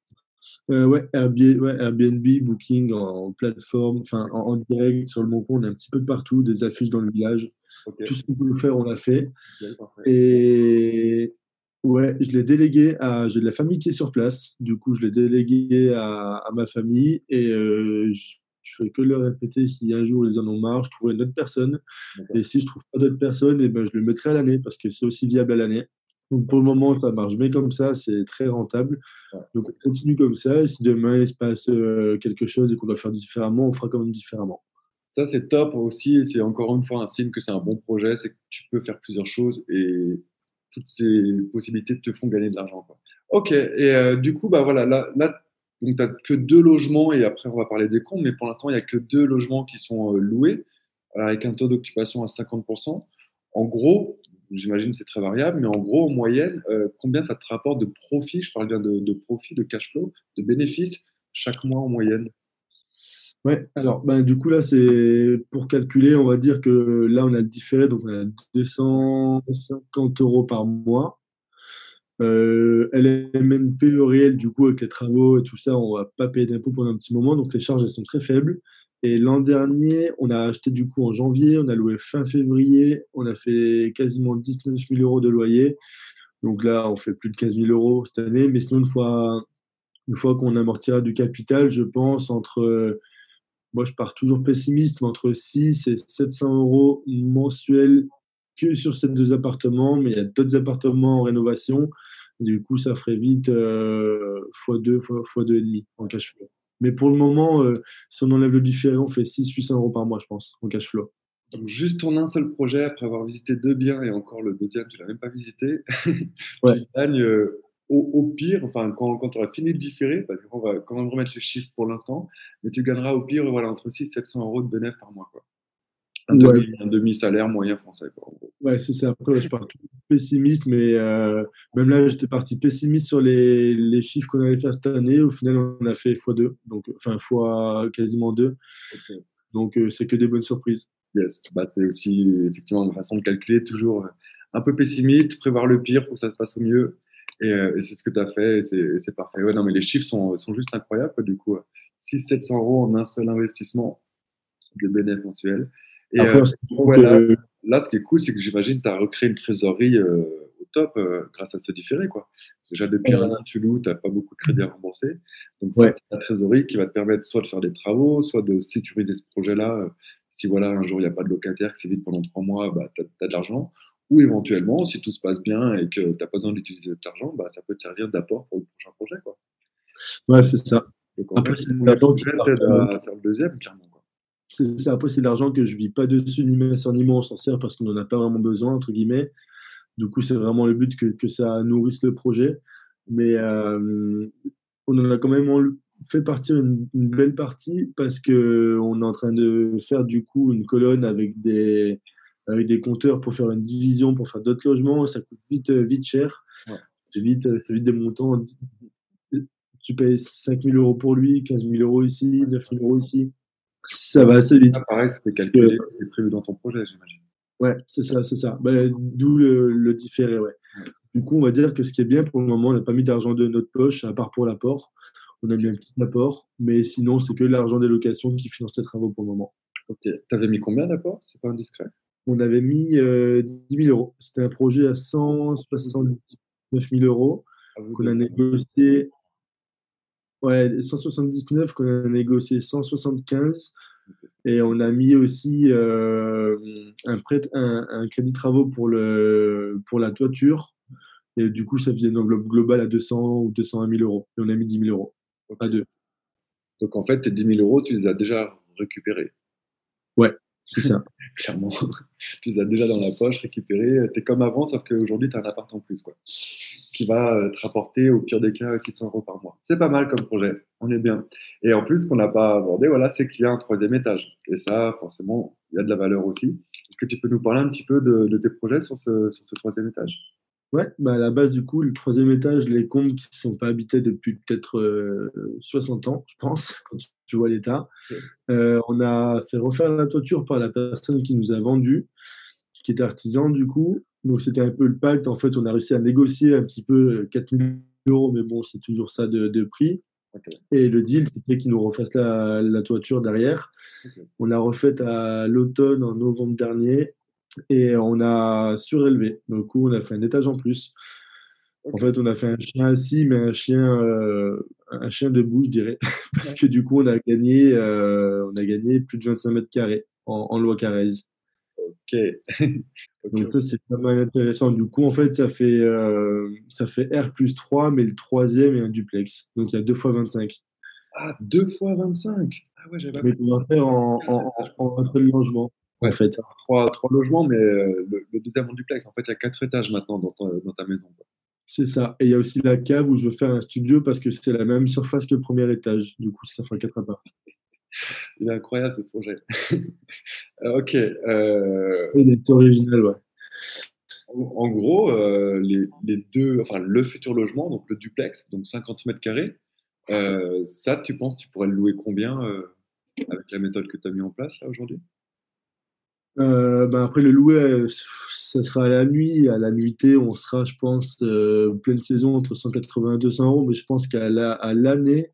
Ouais, Airbnb, Booking en plateforme, enfin en direct sur le Bon Coin, on est un petit peu de partout, des affiches dans le village. Ok, Tout ce qu'on peut faire, on l'a fait. nickel, parfait. Et ouais, je l'ai délégué à. J'ai de la famille qui est sur place. Du coup, je l'ai délégué à ma famille et je fais que leur répéter si un jour ils en ont marre, je trouverai une autre personne. D'accord. Et si je trouve pas d'autres personnes, et ben, je le mettrai à l'année parce que c'est aussi viable à l'année. Donc pour le moment, ça marche. Mais comme ça, c'est très rentable. Ouais, Donc ok. on continue comme ça. Et si demain il se passe quelque chose et qu'on doit faire différemment, on fera quand même différemment. Ça, c'est top aussi. Et c'est encore une fois un signe que c'est un bon projet. C'est que tu peux faire plusieurs choses et toutes ces possibilités te font gagner de l'argent, quoi. Ok. Et du coup, bah voilà, là donc tu n'as que deux logements et après, on va parler des comptes. Mais pour l'instant, il n'y a que deux logements qui sont loués avec un taux d'occupation à 50%. En gros, j'imagine que c'est très variable, mais en gros, en moyenne, combien ça te rapporte de profit? Je parle bien de profit, de cash flow, de bénéfices chaque mois en moyenne. Ouais, alors ben, du coup là c'est pour calculer, on va dire que là on a le différé, donc on a 250 € par mois. LMNP au réel, du coup avec les travaux et tout ça, on va pas payer d'impôts pendant un petit moment, donc les charges elles sont très faibles. Et l'an dernier, on a acheté du coup en janvier, on a loué fin février, on a fait quasiment 19 000 € de loyer. Donc là, on fait plus de 15 000 € cette année, mais sinon une fois qu'on amortira du capital, je pense moi, je pars toujours pessimiste, mais entre 6 et 700 € mensuels que sur ces deux appartements, mais il y a d'autres appartements en rénovation. Du coup, ça ferait vite x2, fois 2,5 en cash flow. Mais pour le moment, si on enlève le différé, on fait 600-800 € par mois, je pense, en cash flow. Donc, juste ton un seul projet, après avoir visité deux biens et encore le deuxième, tu l'as même pas visité, Ouais, tu gagnes au pire, enfin, quand tu auras fini de différer, parce qu'on va quand même remettre les chiffres pour l'instant, mais tu gagneras au pire, voilà, entre 6 et 700 euros de bénéfice par mois, quoi. ouais, Un demi-salaire moyen français, quoi, en gros. ouais, c'est ça. Après, ouais, je pars tout pessimiste, mais même là, j'étais parti pessimiste sur les chiffres qu'on allait faire cette année. Au final, on a fait x2, donc, enfin, fois quasiment 2. Ok. Donc, c'est que des bonnes surprises. Yes. Bah, c'est aussi effectivement une façon de calculer, toujours un peu pessimiste, prévoir le pire pour que ça se passe au mieux. Et c'est ce que tu as fait et c'est parfait. Ouais, non, mais les chiffres sont juste incroyables, quoi, du coup. 600-700 euros en un seul investissement de bénéfices mensuels. Et Après, donc, sachant ouais, que, là, ce qui est cool, c'est que j'imagine que tu as recréé une trésorerie au top grâce à ce différé, quoi. Déjà, depuis un an, tu loues, tu n'as pas beaucoup de crédits à rembourser. Donc, ça, ouais, c'est la trésorerie qui va te permettre soit de faire des travaux, soit de sécuriser ce projet-là. Si voilà, un jour, il n'y a pas de locataire, que c'est vide pendant 3 mois, bah, tu as de l'argent. Ou éventuellement, si tout se passe bien et que tu n'as pas besoin d'utiliser cet argent, bah, ça peut te servir d'apport pour le prochain projet, quoi. ouais, c'est ça. Donc, en vrai, Après, ce c'est de premier l'argent qui projet part t'aide quand même. à faire le deuxième, clairement, quoi. C'est ça. Après, c'est de l'argent que je vis pas dessus, ni main sur ni moi, on s'en sert parce qu'on n'en a pas vraiment besoin, entre guillemets. Du coup, c'est vraiment le but que ça nourrisse le projet. Mais on en a quand même fait partir une belle partie parce que on est en train de faire du coup une colonne avec des compteurs pour faire une division, pour faire d'autres logements. Ça coûte vite cher. Ouais. C'est vite des montants. Tu payes 5 000 € pour lui, 15 000 € ici, 9 000 € ici. Ça va assez vite. Ah, pareil, c'était Euh, calculé, c'était prévu dans ton projet, j'imagine. ouais, c'est ça, c'est ça. Ben, d'où le différé, ouais. Ouais. Du coup, on va dire que ce qui est bien pour le moment, on n'a pas mis d'argent de notre poche, à part pour l'apport. On a mis un petit apport, mais sinon, c'est que l'argent des locations qui finance les travaux pour le moment. Ok. T'avais mis combien d'apport? C'est pas indiscret. On avait mis 10 000 euros. C'était un projet à 179 000 € À vous qu'on de a voir. négocié. Ouais, 179 qu'on a négocié 175 et on a mis aussi un crédit travaux pour la toiture. Et du coup, ça faisait une enveloppe globale à 200 ou 201 000 euros. Et on a mis 10 000 euros Ok. à deux. Donc en fait, tes 10 000 euros, tu les as déjà récupérés, Ouais, c'est ça. clairement. Tu les as déjà dans la poche, récupérés. Tu es comme avant, sauf qu'aujourd'hui, tu as un appart en plus, quoi, qui va te rapporter au pire des cas 600 euros par mois. C'est pas mal comme projet, on est bien. Et en plus, ce qu'on n'a pas abordé, voilà, c'est qu'il y a un troisième étage. Et ça, forcément, il y a de la valeur aussi. Est-ce que tu peux nous parler un petit peu de tes projets sur ce troisième étage? Ouais, bah à la base, du coup, le troisième étage, les combles qui ne sont pas habités depuis peut-être 60 ans, je pense, quand tu vois l'état. Ok. On a fait refaire la toiture par la personne qui nous a vendu, qui était artisan, du coup. Donc, c'était un peu le pacte. En fait, on a réussi à négocier un petit peu 4 000 euros, mais bon, c'est toujours ça de prix. Ok. Et le deal, c'était qu'ils nous refassent la toiture derrière. Ok. On l'a refaite à l'automne, en novembre dernier, et on a surélevé. Du coup, on a fait un étage en plus. En Ok. fait, on a fait un chien assis, mais un chien debout, je dirais, parce Ouais. que du coup, on a gagné plus de 25 mètres carrés en loi Carrez. Ok. Ok. Donc ça, c'est pas mal intéressant. Du coup, en fait, ça fait R+3, mais le troisième est un duplex. Donc il y a 2 fois 25. Ah, 2 fois 25. Ah ouais, j'avais pas Mais compris. qu'on va faire en un seul logement, en Ouais, fait. trois logements, mais le deuxième en duplex. En fait, il y a 4 étages maintenant dans ta maison, quoi. C'est ça. Et il y a aussi la cave où je veux faire un studio parce que c'est la même surface que le premier étage. Du coup, ça fera 4 apparts. Il est incroyable ce projet. Ok. Il est original, ouais. En gros, les deux, enfin le futur logement, donc le duplex, donc 50 mètres carrés, ça, tu penses, tu pourrais le louer combien avec la méthode que tu as mis en place là aujourd'hui? Ben après, le louer, ça sera à la nuit. À la nuitée, on sera, je pense, pleine saison entre 180 et 200 euros. Mais je pense à l'année,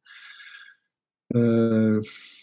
euh,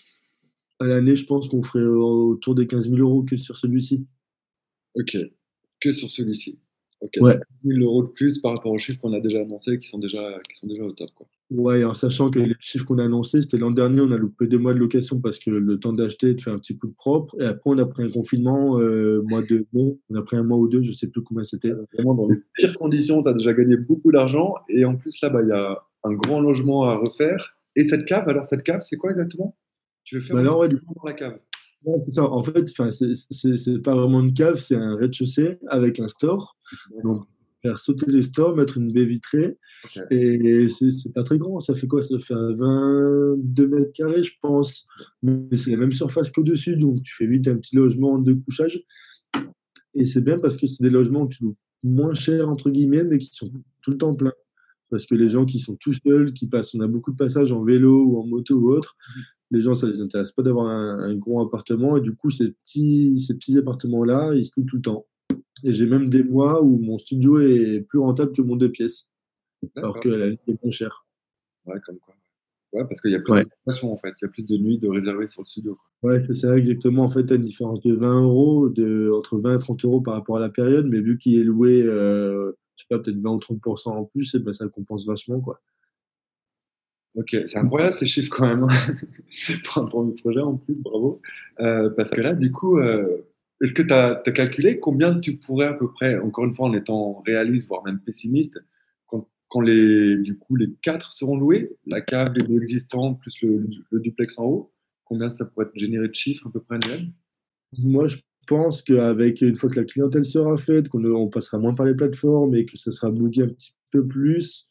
je pense qu'on ferait autour des 15 000 euros que sur celui-ci. Ok, que sur celui-ci. Ok, donc Ouais. 10 000 euros de plus par rapport aux chiffres qu'on a déjà annoncés, qui sont déjà au top, quoi. Ouais, en sachant que les chiffres qu'on a annoncés, c'était l'an dernier, on a loupé 2 mois de location parce que le temps d'acheter, de faire un petit coup de propre. Et après, on a pris un confinement, mois de mai. On a pris un mois ou deux, je sais plus combien c'était. Vraiment, dans les pires conditions, tu as déjà gagné beaucoup d'argent. Et en plus, là, bah, il y a un grand logement à refaire. Et cette cave, alors cette cave, c'est quoi exactement? Tu veux faire Bah aussi alors, ouais, dans la cave? ouais, c'est ça. En fait, enfin, c'est pas vraiment une cave, c'est un rez-de-chaussée avec un store. D'accord. Donc, faire sauter les stores, mettre une baie vitrée. Ok. Et c'est pas très grand. Ça fait quoi? Ça fait 22 mètres carrés, je pense. Mais c'est la même surface qu'au-dessus. Donc, tu fais vite un petit logement de couchage. Et c'est bien parce que c'est des logements où tu loues moins cher, entre guillemets, mais qui sont tout le temps pleins. Parce que les gens qui sont tout seuls, qui passent, on a beaucoup de passages en vélo ou en moto ou autre, les gens, ça les intéresse pas d'avoir un gros appartement. Et du coup, ces petits appartements-là, ils se louent tout le temps. Et j'ai même des mois où mon studio est plus rentable que mon 2 pièces, alors D'accord. que la vie est moins chère. Ouais, comme quoi. Ouais, parce qu'il y a plus Ouais. d'occupation en fait. Il y a plus de nuits de réservées sur le studio, quoi. Ouais, c'est ça, exactement. En fait, tu as une différence de 20 euros, entre 20 et 30 euros par rapport à la période, mais vu qu'il est loué, je sais pas, peut-être 20 ou 30% en plus, et ben, ça compense vachement, quoi. Ok, c'est incroyable ces chiffres quand même, hein. Pour un premier projet en plus, bravo. Parce que là, du coup, est-ce que tu as calculé combien tu pourrais à peu près, encore une fois en étant réaliste, voire même pessimiste, quand du coup, les quatre seront loués, la cave, les deux existants, plus le duplex en haut, combien ça pourrait te générer de chiffres à peu près annuels? Moi, je pense qu'avec une fois que la clientèle sera faite, on passera moins par les plateformes et que ça sera booké un petit peu plus,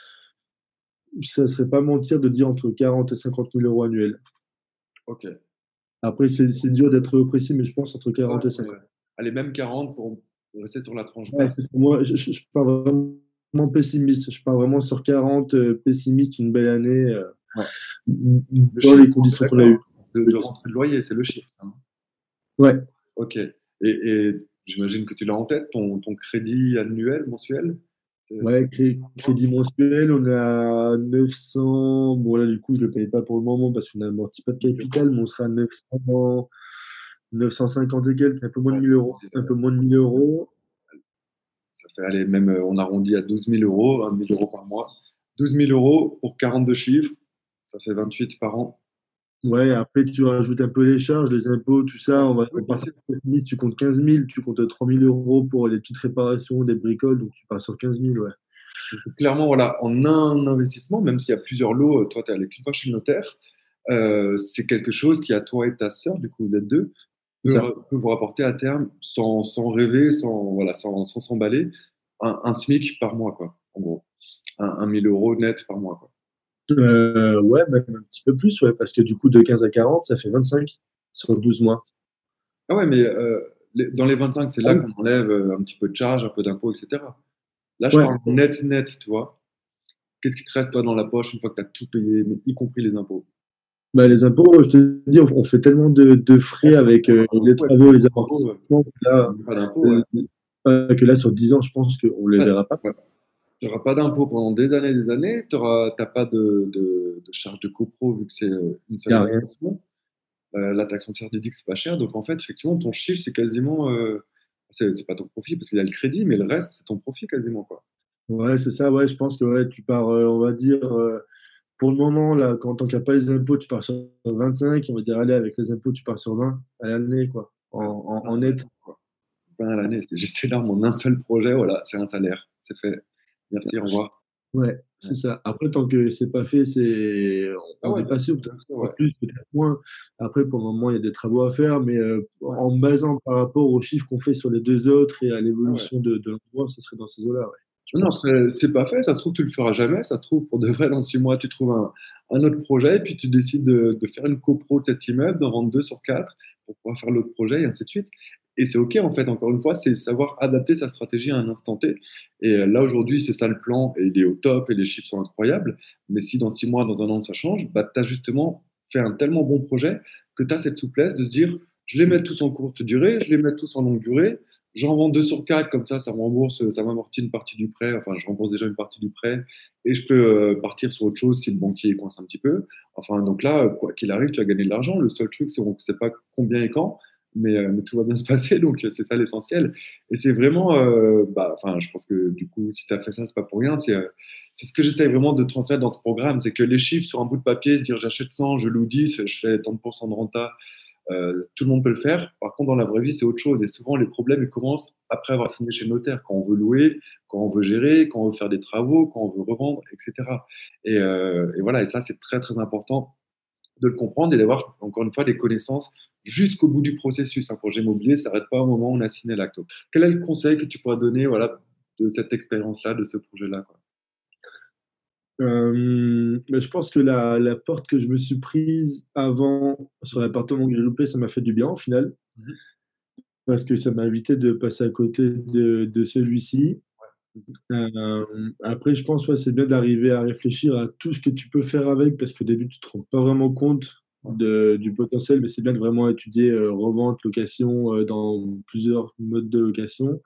ça serait pas mentir de dire entre 40 et 50 000 euros annuels. Ok. Après, c'est dur d'être précis, mais je pense entre Ouais, 40 et mais 50. allez, même 40 pour rester sur la tranche Ouais, basse. c'est ça. Moi, je pars vraiment pessimiste. Je pars vraiment sur 40, pessimiste, une belle année, Ouais. Le dans chiffre, les on est conditions qu'on a d'accord, eues. hein. De rentrée de loyer, c'est le chiffre, ça, hein. Ouais, Ok. Et j'imagine que tu l'as en tête, ton crédit annuel, mensuel? ouais, crédit mensuel, on est à 900. Bon, là, du coup, je le paye pas pour le moment parce qu'on n'amortit pas de capital, mais on sera à 900, 950 et quelques, un peu moins de Ouais. 1000 euros. Un peu moins de 1000 euros. Ça fait aller, même on arrondit à 12 000 euros, 1 000 euros par mois. 12 000 euros pour 42 chiffres. Ça fait 28 par an. Ouais, après, tu rajoutes un peu les charges, les impôts, tout ça. Oui, On bien part sûr. sur 15 000, tu comptes 15 000, tu comptes 3 000 euros pour les petites réparations, des bricoles, donc tu pars sur 15 000, ouais. Clairement, voilà, en un investissement, même s'il y a plusieurs lots, toi, tu es allé qu'une fois chez le notaire, c'est quelque chose qui, à toi et ta sœur, du coup, vous êtes deux, C'est ça. peut vous rapporter à terme, sans rêver, voilà, sans s'emballer, un SMIC par mois, quoi, en gros. Un 1 000 € net par mois, quoi. Ouais, même un petit peu plus, ouais, parce que du coup, de 15 à 40, ça fait 25 sur 12 mois. Ah ouais, mais dans les 25, c'est Ah là oui. qu'on enlève un petit peu de charges, un peu d'impôts, etc. Là, je Ouais, parle net, net, tu vois. Qu'est-ce qui te reste, toi, dans la poche une fois que tu as tout payé, mais y compris les impôts? bah, les impôts, je te dis, on fait tellement de Ouais, frais c'est vrai avec qu'un les coup, travaux, avec les les impôts, amortissements, pas d'impôts, ouais. que là, sur 10 ans, je pense qu'on ne les Ouais, verra pas. ouais. Tu n'auras pas d'impôts pendant des années. Tu n'as pas de charge de copro vu que c'est une Il seule n'y a rien. habitation. La taxe foncière déduite, c'est pas cher. Donc en fait, effectivement, ton chiffre, c'est quasiment. C'est pas ton profit parce qu'il y a le crédit, mais le reste, c'est ton profit quasiment, quoi. Ouais, c'est ça, ouais, je pense que ouais, tu pars, on va dire, pour le moment, là, quand tant qu'il n'y a pas les impôts, tu pars sur 25, on va dire, allez, avec les impôts, tu pars sur 20 à l'année, quoi, en net. Quoi. Pas à l'année, c'est juste énorme en un seul projet. Voilà, c'est un salaire. C'est fait. Merci, au revoir. Ouais, Ouais. c'est ça. Après, tant que c'est pas fait, Ah on ouais, est passé, ou peut-être bien sûr, pas ouais. plus, peut-être moins. Après, pour le moment, il y a des travaux à faire, mais Ouais. en me basant par rapport aux chiffres qu'on fait sur les deux autres et à Ah ouais. l'évolution de l'endroit, ça serait dans ces eaux-là, ouais, je Non, pense. c'est pas fait. Ça se trouve, tu le feras jamais. Ça se trouve, pour de vrai, dans 6 mois, tu trouves un autre projet, et puis tu décides de faire une copro de cet immeuble, d'en vendre deux sur quatre pour pouvoir faire l'autre projet, et ainsi de suite. Et c'est OK, en fait, encore une fois, c'est savoir adapter sa stratégie à un instant T. Et là, aujourd'hui, c'est ça le plan, et il est au top, et les chiffres sont incroyables. Mais si dans 6 mois, dans un an, ça change, bah, tu as justement fait un tellement bon projet que tu as cette souplesse de se dire, je les mets tous en courte durée, je les mets tous en longue durée, j'en vends deux sur quatre, comme ça me rembourse, ça m'amortit une partie du prêt. Enfin, je rembourse déjà une partie du prêt et je peux partir sur autre chose si le banquier coince un petit peu. Enfin, donc là, quoi qu'il arrive, tu as gagné de l'argent. Le seul truc, c'est qu'on ne sait pas combien et quand, mais tout va bien se passer. Donc, c'est ça l'essentiel. Et c'est vraiment, enfin, je pense que du coup, si tu as fait ça, c'est pas pour rien. C'est ce que j'essaie vraiment de transmettre dans ce programme. C'est que les chiffres sur un bout de papier, se dire j'achète 100, je loue 10, je fais tant de pourcents de renta, tout le monde peut le faire. Par contre, dans la vraie vie, c'est autre chose. Et souvent, les problèmes ils commencent après avoir signé chez le notaire, quand on veut louer, quand on veut gérer, quand on veut faire des travaux, quand on veut revendre, etc. Et voilà, et ça, c'est très, très important de le comprendre et d'avoir, encore une fois, des connaissances jusqu'au bout du processus. Un projet immobilier ne s'arrête pas au moment où on a signé l'acte. Quel est le conseil que tu pourrais donner, voilà, de cette expérience-là, de ce projet-là, quoi? Mais je pense que la porte que je me suis prise avant sur l'appartement que j'ai loupé, ça m'a fait du bien au final, Mhm. parce que ça m'a évité de passer à côté de celui-ci. Mhm. Après, je pense ouais, c'est bien d'arriver à réfléchir à tout ce que tu peux faire avec, parce qu'au début, tu te rends pas vraiment compte du potentiel, mais c'est bien de vraiment étudier revente, location dans plusieurs modes de location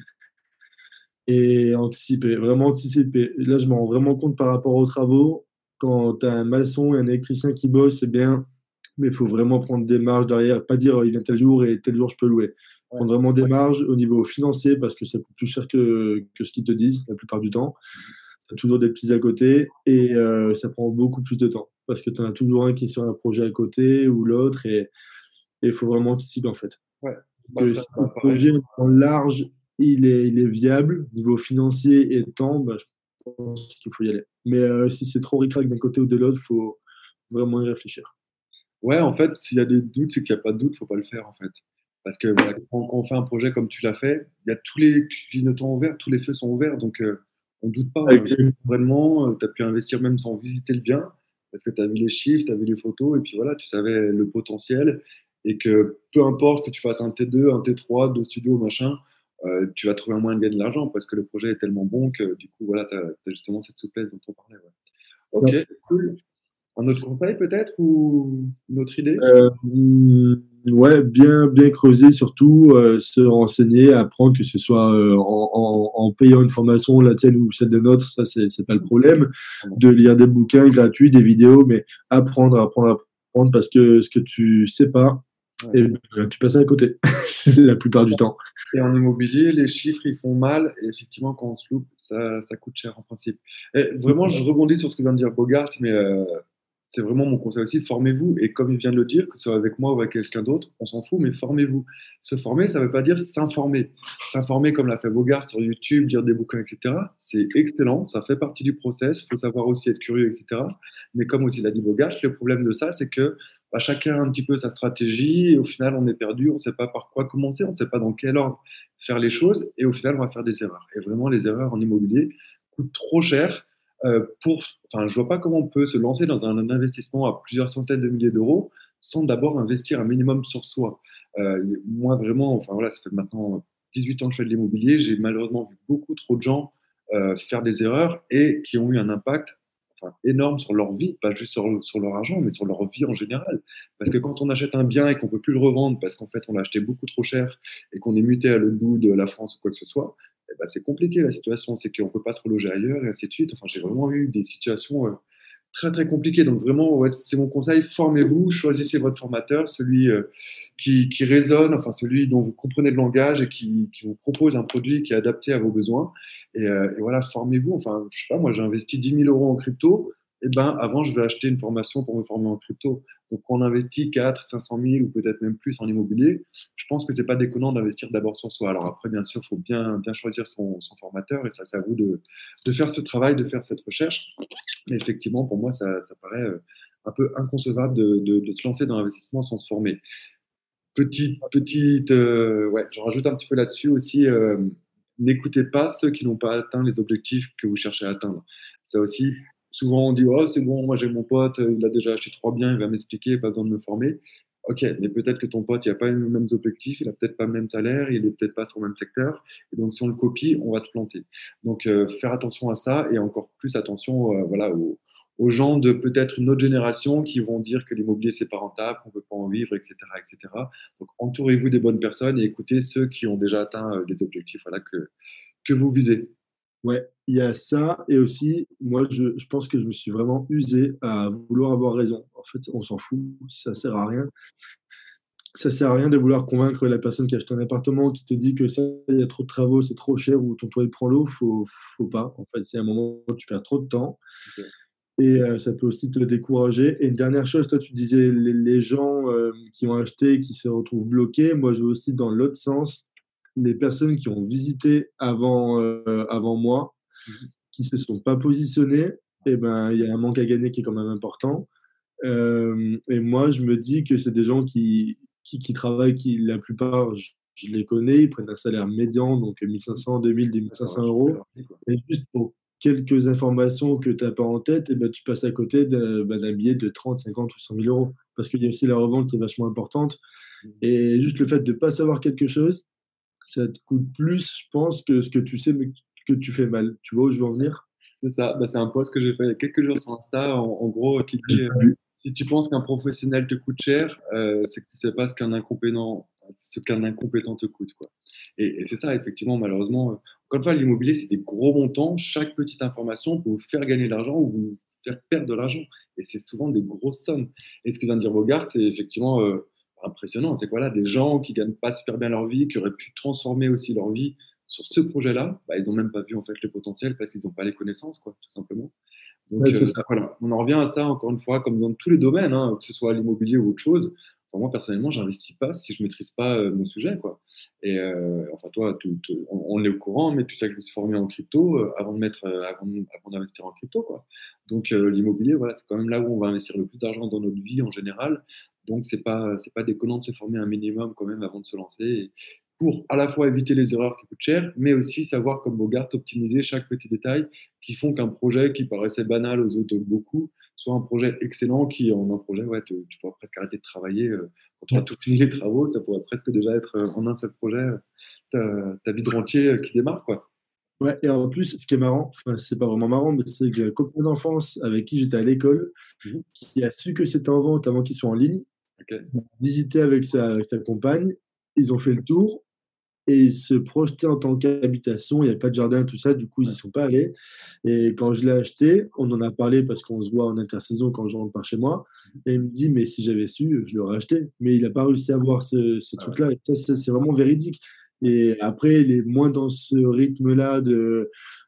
et anticiper, vraiment anticiper. Et là, je me rends vraiment compte par rapport aux travaux. Quand tu as un maçon et un électricien qui bossent, c'est bien, mais il faut vraiment prendre des marges derrière. Pas dire il vient tel jour et tel jour je peux louer. Ouais. Prendre vraiment des marges au niveau financier parce que ça coûte plus cher que ce qu'ils te disent la plupart du temps. Tu as toujours des petits à côté et ça prend beaucoup plus de temps parce que tu en as toujours un qui est sur un projet à côté ou l'autre et il faut vraiment anticiper en fait. Ouais. Bah, Que ça, si le bah, pareil. projet en large, il est viable, niveau financier et temps, bah, je pense qu'il faut y aller. Mais si c'est trop ric d'un côté ou de l'autre, il faut vraiment y réfléchir. Ouais, en fait, s'il y a des doutes, c'est qu'il n'y a pas de doute, faut pas le faire, en fait. Parce que voilà, quand on fait un projet comme tu l'as fait, il y a tous les clignotants ouverts, tous les feux sont ouverts, donc on doute pas, on investit Exact- vraiment, tu as pu investir même sans visiter le bien, parce que tu as vu les chiffres, tu as vu les photos, et puis voilà, tu savais le potentiel, et que peu importe que tu fasses un T2, un T3, deux studios, machin, tu vas trouver un moyen de gagner de l'argent, parce que le projet est tellement bon que du coup, voilà, tu as justement cette souplesse dont on parlait. Ouais. Ok, cool. Un autre conseil peut-être, ou une autre idée? ouais, bien creuser surtout, se renseigner, apprendre que ce soit en payant une formation, la tienne ou celle de notre, ça c'est pas le problème. Pardon. De lire des bouquins gratuits, des vidéos, mais apprendre parce que ce que tu sais pas, Ouais. et ben, tu passes à côté la plupart du temps. Et en immobilier, les chiffres, ils font mal. Et effectivement, quand on se loupe, ça coûte cher en principe. Et vraiment, je rebondis sur ce que vient de dire Bogart, mais c'est vraiment mon conseil aussi, formez-vous. Et comme il vient de le dire, que ce soit avec moi ou avec quelqu'un d'autre, on s'en fout, mais formez-vous. Se former, ça ne veut pas dire s'informer. S'informer comme l'a fait Bogart sur YouTube, lire des bouquins, etc. C'est excellent, ça fait partie du process. Il faut savoir aussi être curieux, etc. Mais comme aussi l'a dit Bogart, le problème de ça, c'est que bah, chacun a un petit peu sa stratégie. Et au final, on est perdu, on ne sait pas par quoi commencer, on ne sait pas dans quel ordre faire les choses. Et au final, on va faire des erreurs. Et vraiment, les erreurs en immobilier coûtent trop cher enfin, je vois pas comment on peut se lancer dans un investissement à plusieurs centaines de milliers d'euros sans d'abord investir un minimum sur soi. Moi, vraiment, enfin voilà, ça fait maintenant 18 ans que je fais de l'immobilier, j'ai malheureusement vu beaucoup trop de gens faire des erreurs et qui ont eu un impact enfin, énorme sur leur vie, pas juste sur leur argent, mais sur leur vie en général. Parce que quand on achète un bien et qu'on peut plus le revendre parce qu'en fait on l'a acheté beaucoup trop cher et qu'on est muté à l'autre bout de la France ou quoi que ce soit, eh ben, c'est compliqué la situation, c'est qu'on ne peut pas se reloger ailleurs et ainsi de suite. Enfin, j'ai vraiment eu des situations très très compliquées. Donc vraiment, ouais, c'est mon conseil, formez-vous, choisissez votre formateur, celui qui résonne, enfin celui dont vous comprenez le langage et qui vous propose un produit qui est adapté à vos besoins. Et voilà, formez-vous. Enfin, je sais pas, moi j'ai investi 10 000 € en crypto. Et ben, avant, je vais acheter une formation pour me former en crypto. Donc, quand on investit 4, 500 000 ou peut-être même plus en immobilier, je pense que c'est pas déconnant d'investir d'abord sur soi. Alors après, bien sûr, il faut bien choisir son formateur et ça, c'est à vous de faire ce travail, de faire cette recherche. Mais effectivement, pour moi, ça paraît un peu inconcevable de se lancer dans l'investissement sans se former. Ouais, je rajoute un petit peu là-dessus aussi. N'écoutez pas ceux qui n'ont pas atteint les objectifs que vous cherchez à atteindre. Ça aussi, souvent on dit, oh, c'est bon, moi j'ai mon pote, il a déjà acheté 3 biens, il va m'expliquer, pas besoin de me former. Ok, mais peut-être que ton pote, il n'a pas les mêmes objectifs, il n'a peut-être pas le même salaire, il n'est peut-être pas sur le même secteur. Et donc, si on le copie, on va se planter. Donc, faire attention à ça et encore plus attention voilà, aux gens de peut-être une autre génération qui vont dire que l'immobilier, c'est pas rentable, qu'on ne peut pas en vivre, etc., etc. Donc, entourez-vous des bonnes personnes et écoutez ceux qui ont déjà atteint les objectifs voilà, que vous visez. Ouais, il y a ça et aussi, moi, je pense que je me suis vraiment usé à vouloir avoir raison. En fait, on s'en fout, ça sert à rien. Ça sert à rien de vouloir convaincre la personne qui achète un appartement, qui te dit que ça, il y a trop de travaux, c'est trop cher ou ton toit il prend l'eau. Faut pas. En fait, c'est un moment où tu perds trop de temps Ok. et ça peut aussi te décourager. Et une dernière chose, toi, tu disais les gens qui ont acheté, qui se retrouvent bloqués. Moi, je veux aussi dans l'autre sens, les personnes qui ont visité avant moi, Mhm. qui se sont pas positionnées, et ben, il y a un manque à gagner qui est quand même important. Et moi, je me dis que c'est des gens qui travaillent, qui la plupart, je les connais, ils prennent un salaire médian, donc 1500, 2000, Ça 2500 va changer euros. leur vie, quoi. Et juste pour quelques informations que tu n'as pas en tête, et ben, tu passes à côté d'un billet de 30, 50 ou 100 000 euros. Parce qu'il y a aussi la revente qui est vachement importante. Mhm. Et juste le fait de ne pas savoir quelque chose, ça te coûte plus, je pense, que ce que tu sais, mais que tu fais mal. Tu vois où je veux en venir? C'est ça. Bah, c'est un post que j'ai fait il y a quelques jours sur Insta, en gros, qui J'ai dit pas vu. si tu penses qu'un professionnel te coûte cher, c'est que tu sais pas ce qu'un incompétent te coûte, quoi. Et c'est ça, effectivement, malheureusement. Encore une fois, l'immobilier, c'est des gros montants. Chaque petite information peut vous faire gagner de l'argent ou vous faire perdre de l'argent. Et c'est souvent des grosses sommes. Et ce que vient de dire Bogart, c'est effectivement impressionnant. C'est quoi là, des gens qui gagnent pas super bien leur vie, qui auraient pu transformer aussi leur vie sur ce projet-là, bah, ils n'ont même pas vu en fait le potentiel parce qu'ils n'ont pas les connaissances, quoi, tout simplement. Ouais, Donc c'est ça. voilà, on en revient à ça encore une fois, comme dans tous les domaines, hein, que ce soit l'immobilier ou autre chose. Enfin, moi personnellement, j'investis pas si je maîtrise pas mon sujet, quoi. Et enfin toi, on est au courant, mais tu sais que je me suis formé en crypto avant d'investir en crypto, quoi. Donc l'immobilier, voilà, c'est quand même là où on va investir le plus d'argent dans notre vie en général. Donc c'est pas déconnant de se former un minimum quand même avant de se lancer. Pour à la fois éviter les erreurs qui coûtent cher, mais aussi savoir, comme Bogart, optimiser chaque petit détail qui font qu'un projet qui paraissait banal aux autres beaucoup soit un projet excellent qui, en un projet, ouais, tu pourras presque arrêter de travailler. Quand tu auras tout fini les travaux, ça pourrait presque déjà être en un seul projet ta vie de rentier qui démarre, quoi. Ouais, et en plus, ce qui est marrant, enfin, c'est pas vraiment marrant, mais c'est que j'ai un copain d'enfance avec qui j'étais à l'école, Mhm. qui a su que c'était en vente avant qu'il soit en ligne, Ok. visité avec sa compagne, ils ont fait le tour et ils se projetaient en tant qu'habitation, il n'y a pas de jardin, tout ça, du coup, ils Ouais. n'y sont pas allés. Et quand je l'ai acheté, on en a parlé parce qu'on se voit en intersaison quand je rentre par chez moi, et il me dit, mais si j'avais su, je l'aurais acheté. Mais il n'a pas réussi à voir ce Ah ouais. truc-là, et ça, c'est vraiment véridique. Et après, il est moins dans ce rythme-là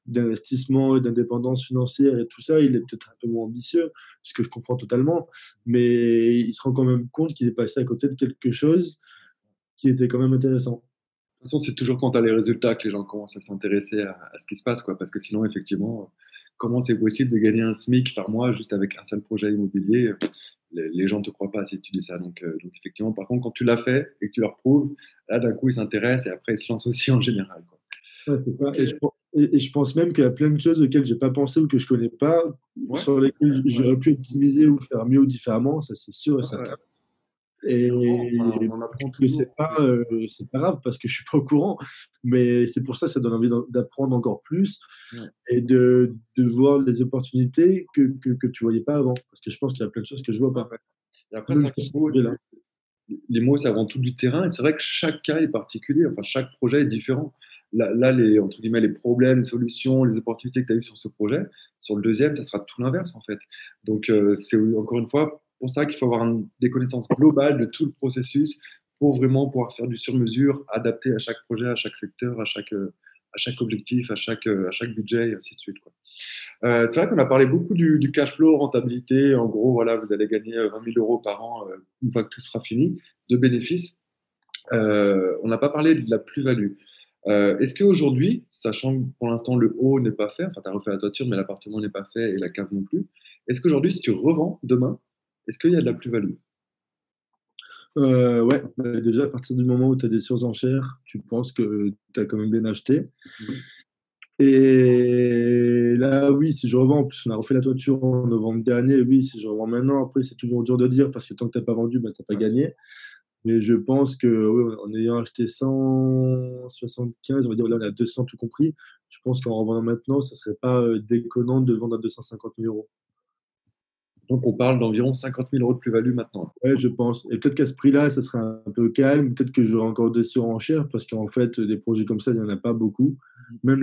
d'investissement et d'indépendance financière et tout ça, il est peut-être un peu moins ambitieux, ce que je comprends totalement, mais il se rend quand même compte qu'il est passé à côté de quelque chose qui était quand même intéressant. De toute façon, c'est toujours quand tu as les résultats que les gens commencent à s'intéresser à ce qui se passe, quoi. Parce que sinon, effectivement, comment c'est possible de gagner un SMIC par mois juste avec un seul projet immobilier? Les gens ne te croient pas si tu dis ça. Donc, effectivement, par contre, quand tu l'as fait et que tu leur prouves, là, d'un coup, ils s'intéressent et après, ils se lancent aussi en général, quoi. Ouais, c'est ça. Donc, Et je pense même qu'il y a plein de choses auxquelles j'ai pas pensé ou que je connais pas, ouais, sur lesquelles ouais, j'aurais pu optimiser ou faire mieux ou différemment, ça c'est sûr et ouais, ouais. certain. Et Clairement, on en apprend que toujours. c'est pas grave parce que je suis pas au courant, mais c'est pour ça, ça donne envie d'apprendre encore plus Ouais. et de voir les opportunités que tu voyais pas avant. Parce que je pense qu'il y a plein de choses que je vois Ouais, pas. ouais. Et après, Même c'est vrai sur que ce sujet-là. les mots, c'est avant tout du terrain. Et c'est vrai que chaque cas est particulier. Enfin, chaque projet est différent. Là, entre guillemets, les problèmes, les solutions, les opportunités que tu as eues sur ce projet, sur le deuxième, ça sera tout l'inverse, en fait. Donc, c'est encore une fois pour ça qu'il faut avoir des connaissances globales de tout le processus pour vraiment pouvoir faire du sur-mesure, adapté à chaque projet, à chaque secteur, à chaque objectif, à chaque budget, et ainsi de suite, quoi. C'est vrai qu'on a parlé beaucoup du cash flow, rentabilité. En gros, voilà, vous allez gagner 20 000 euros par an une fois que tout sera fini, de bénéfices. On n'a pas parlé de la plus-value. Est-ce qu'aujourd'hui, sachant que pour l'instant le haut n'est pas fait, enfin tu as refait la toiture, mais l'appartement n'est pas fait et la cave non plus, est-ce qu'aujourd'hui, si tu revends demain, est-ce qu'il y a de la plus-value? Ouais, déjà à partir du moment où tu as des surenchères, tu penses que tu as quand même bien acheté. Mhm. Et là, oui, si je revends, en plus, on a refait la toiture en novembre dernier. Oui, si je revends maintenant, après, c'est toujours dur de dire parce que tant que tu n'as pas vendu, bah, tu n'as pas Ouais. gagné. Mais je pense que, oui, en ayant acheté 175, on va dire, là, on est à 200 tout compris. Je pense qu'en revendant maintenant, ça serait pas déconnant de vendre à 250 000 euros. Donc on parle d'environ 50 000 euros de plus-value maintenant. Ouais, je pense. Et peut-être qu'à ce prix-là, ça serait un peu calme. Peut-être que j'aurai encore des surenchères parce qu'en fait, des projets comme ça, il n'y en a pas beaucoup. Même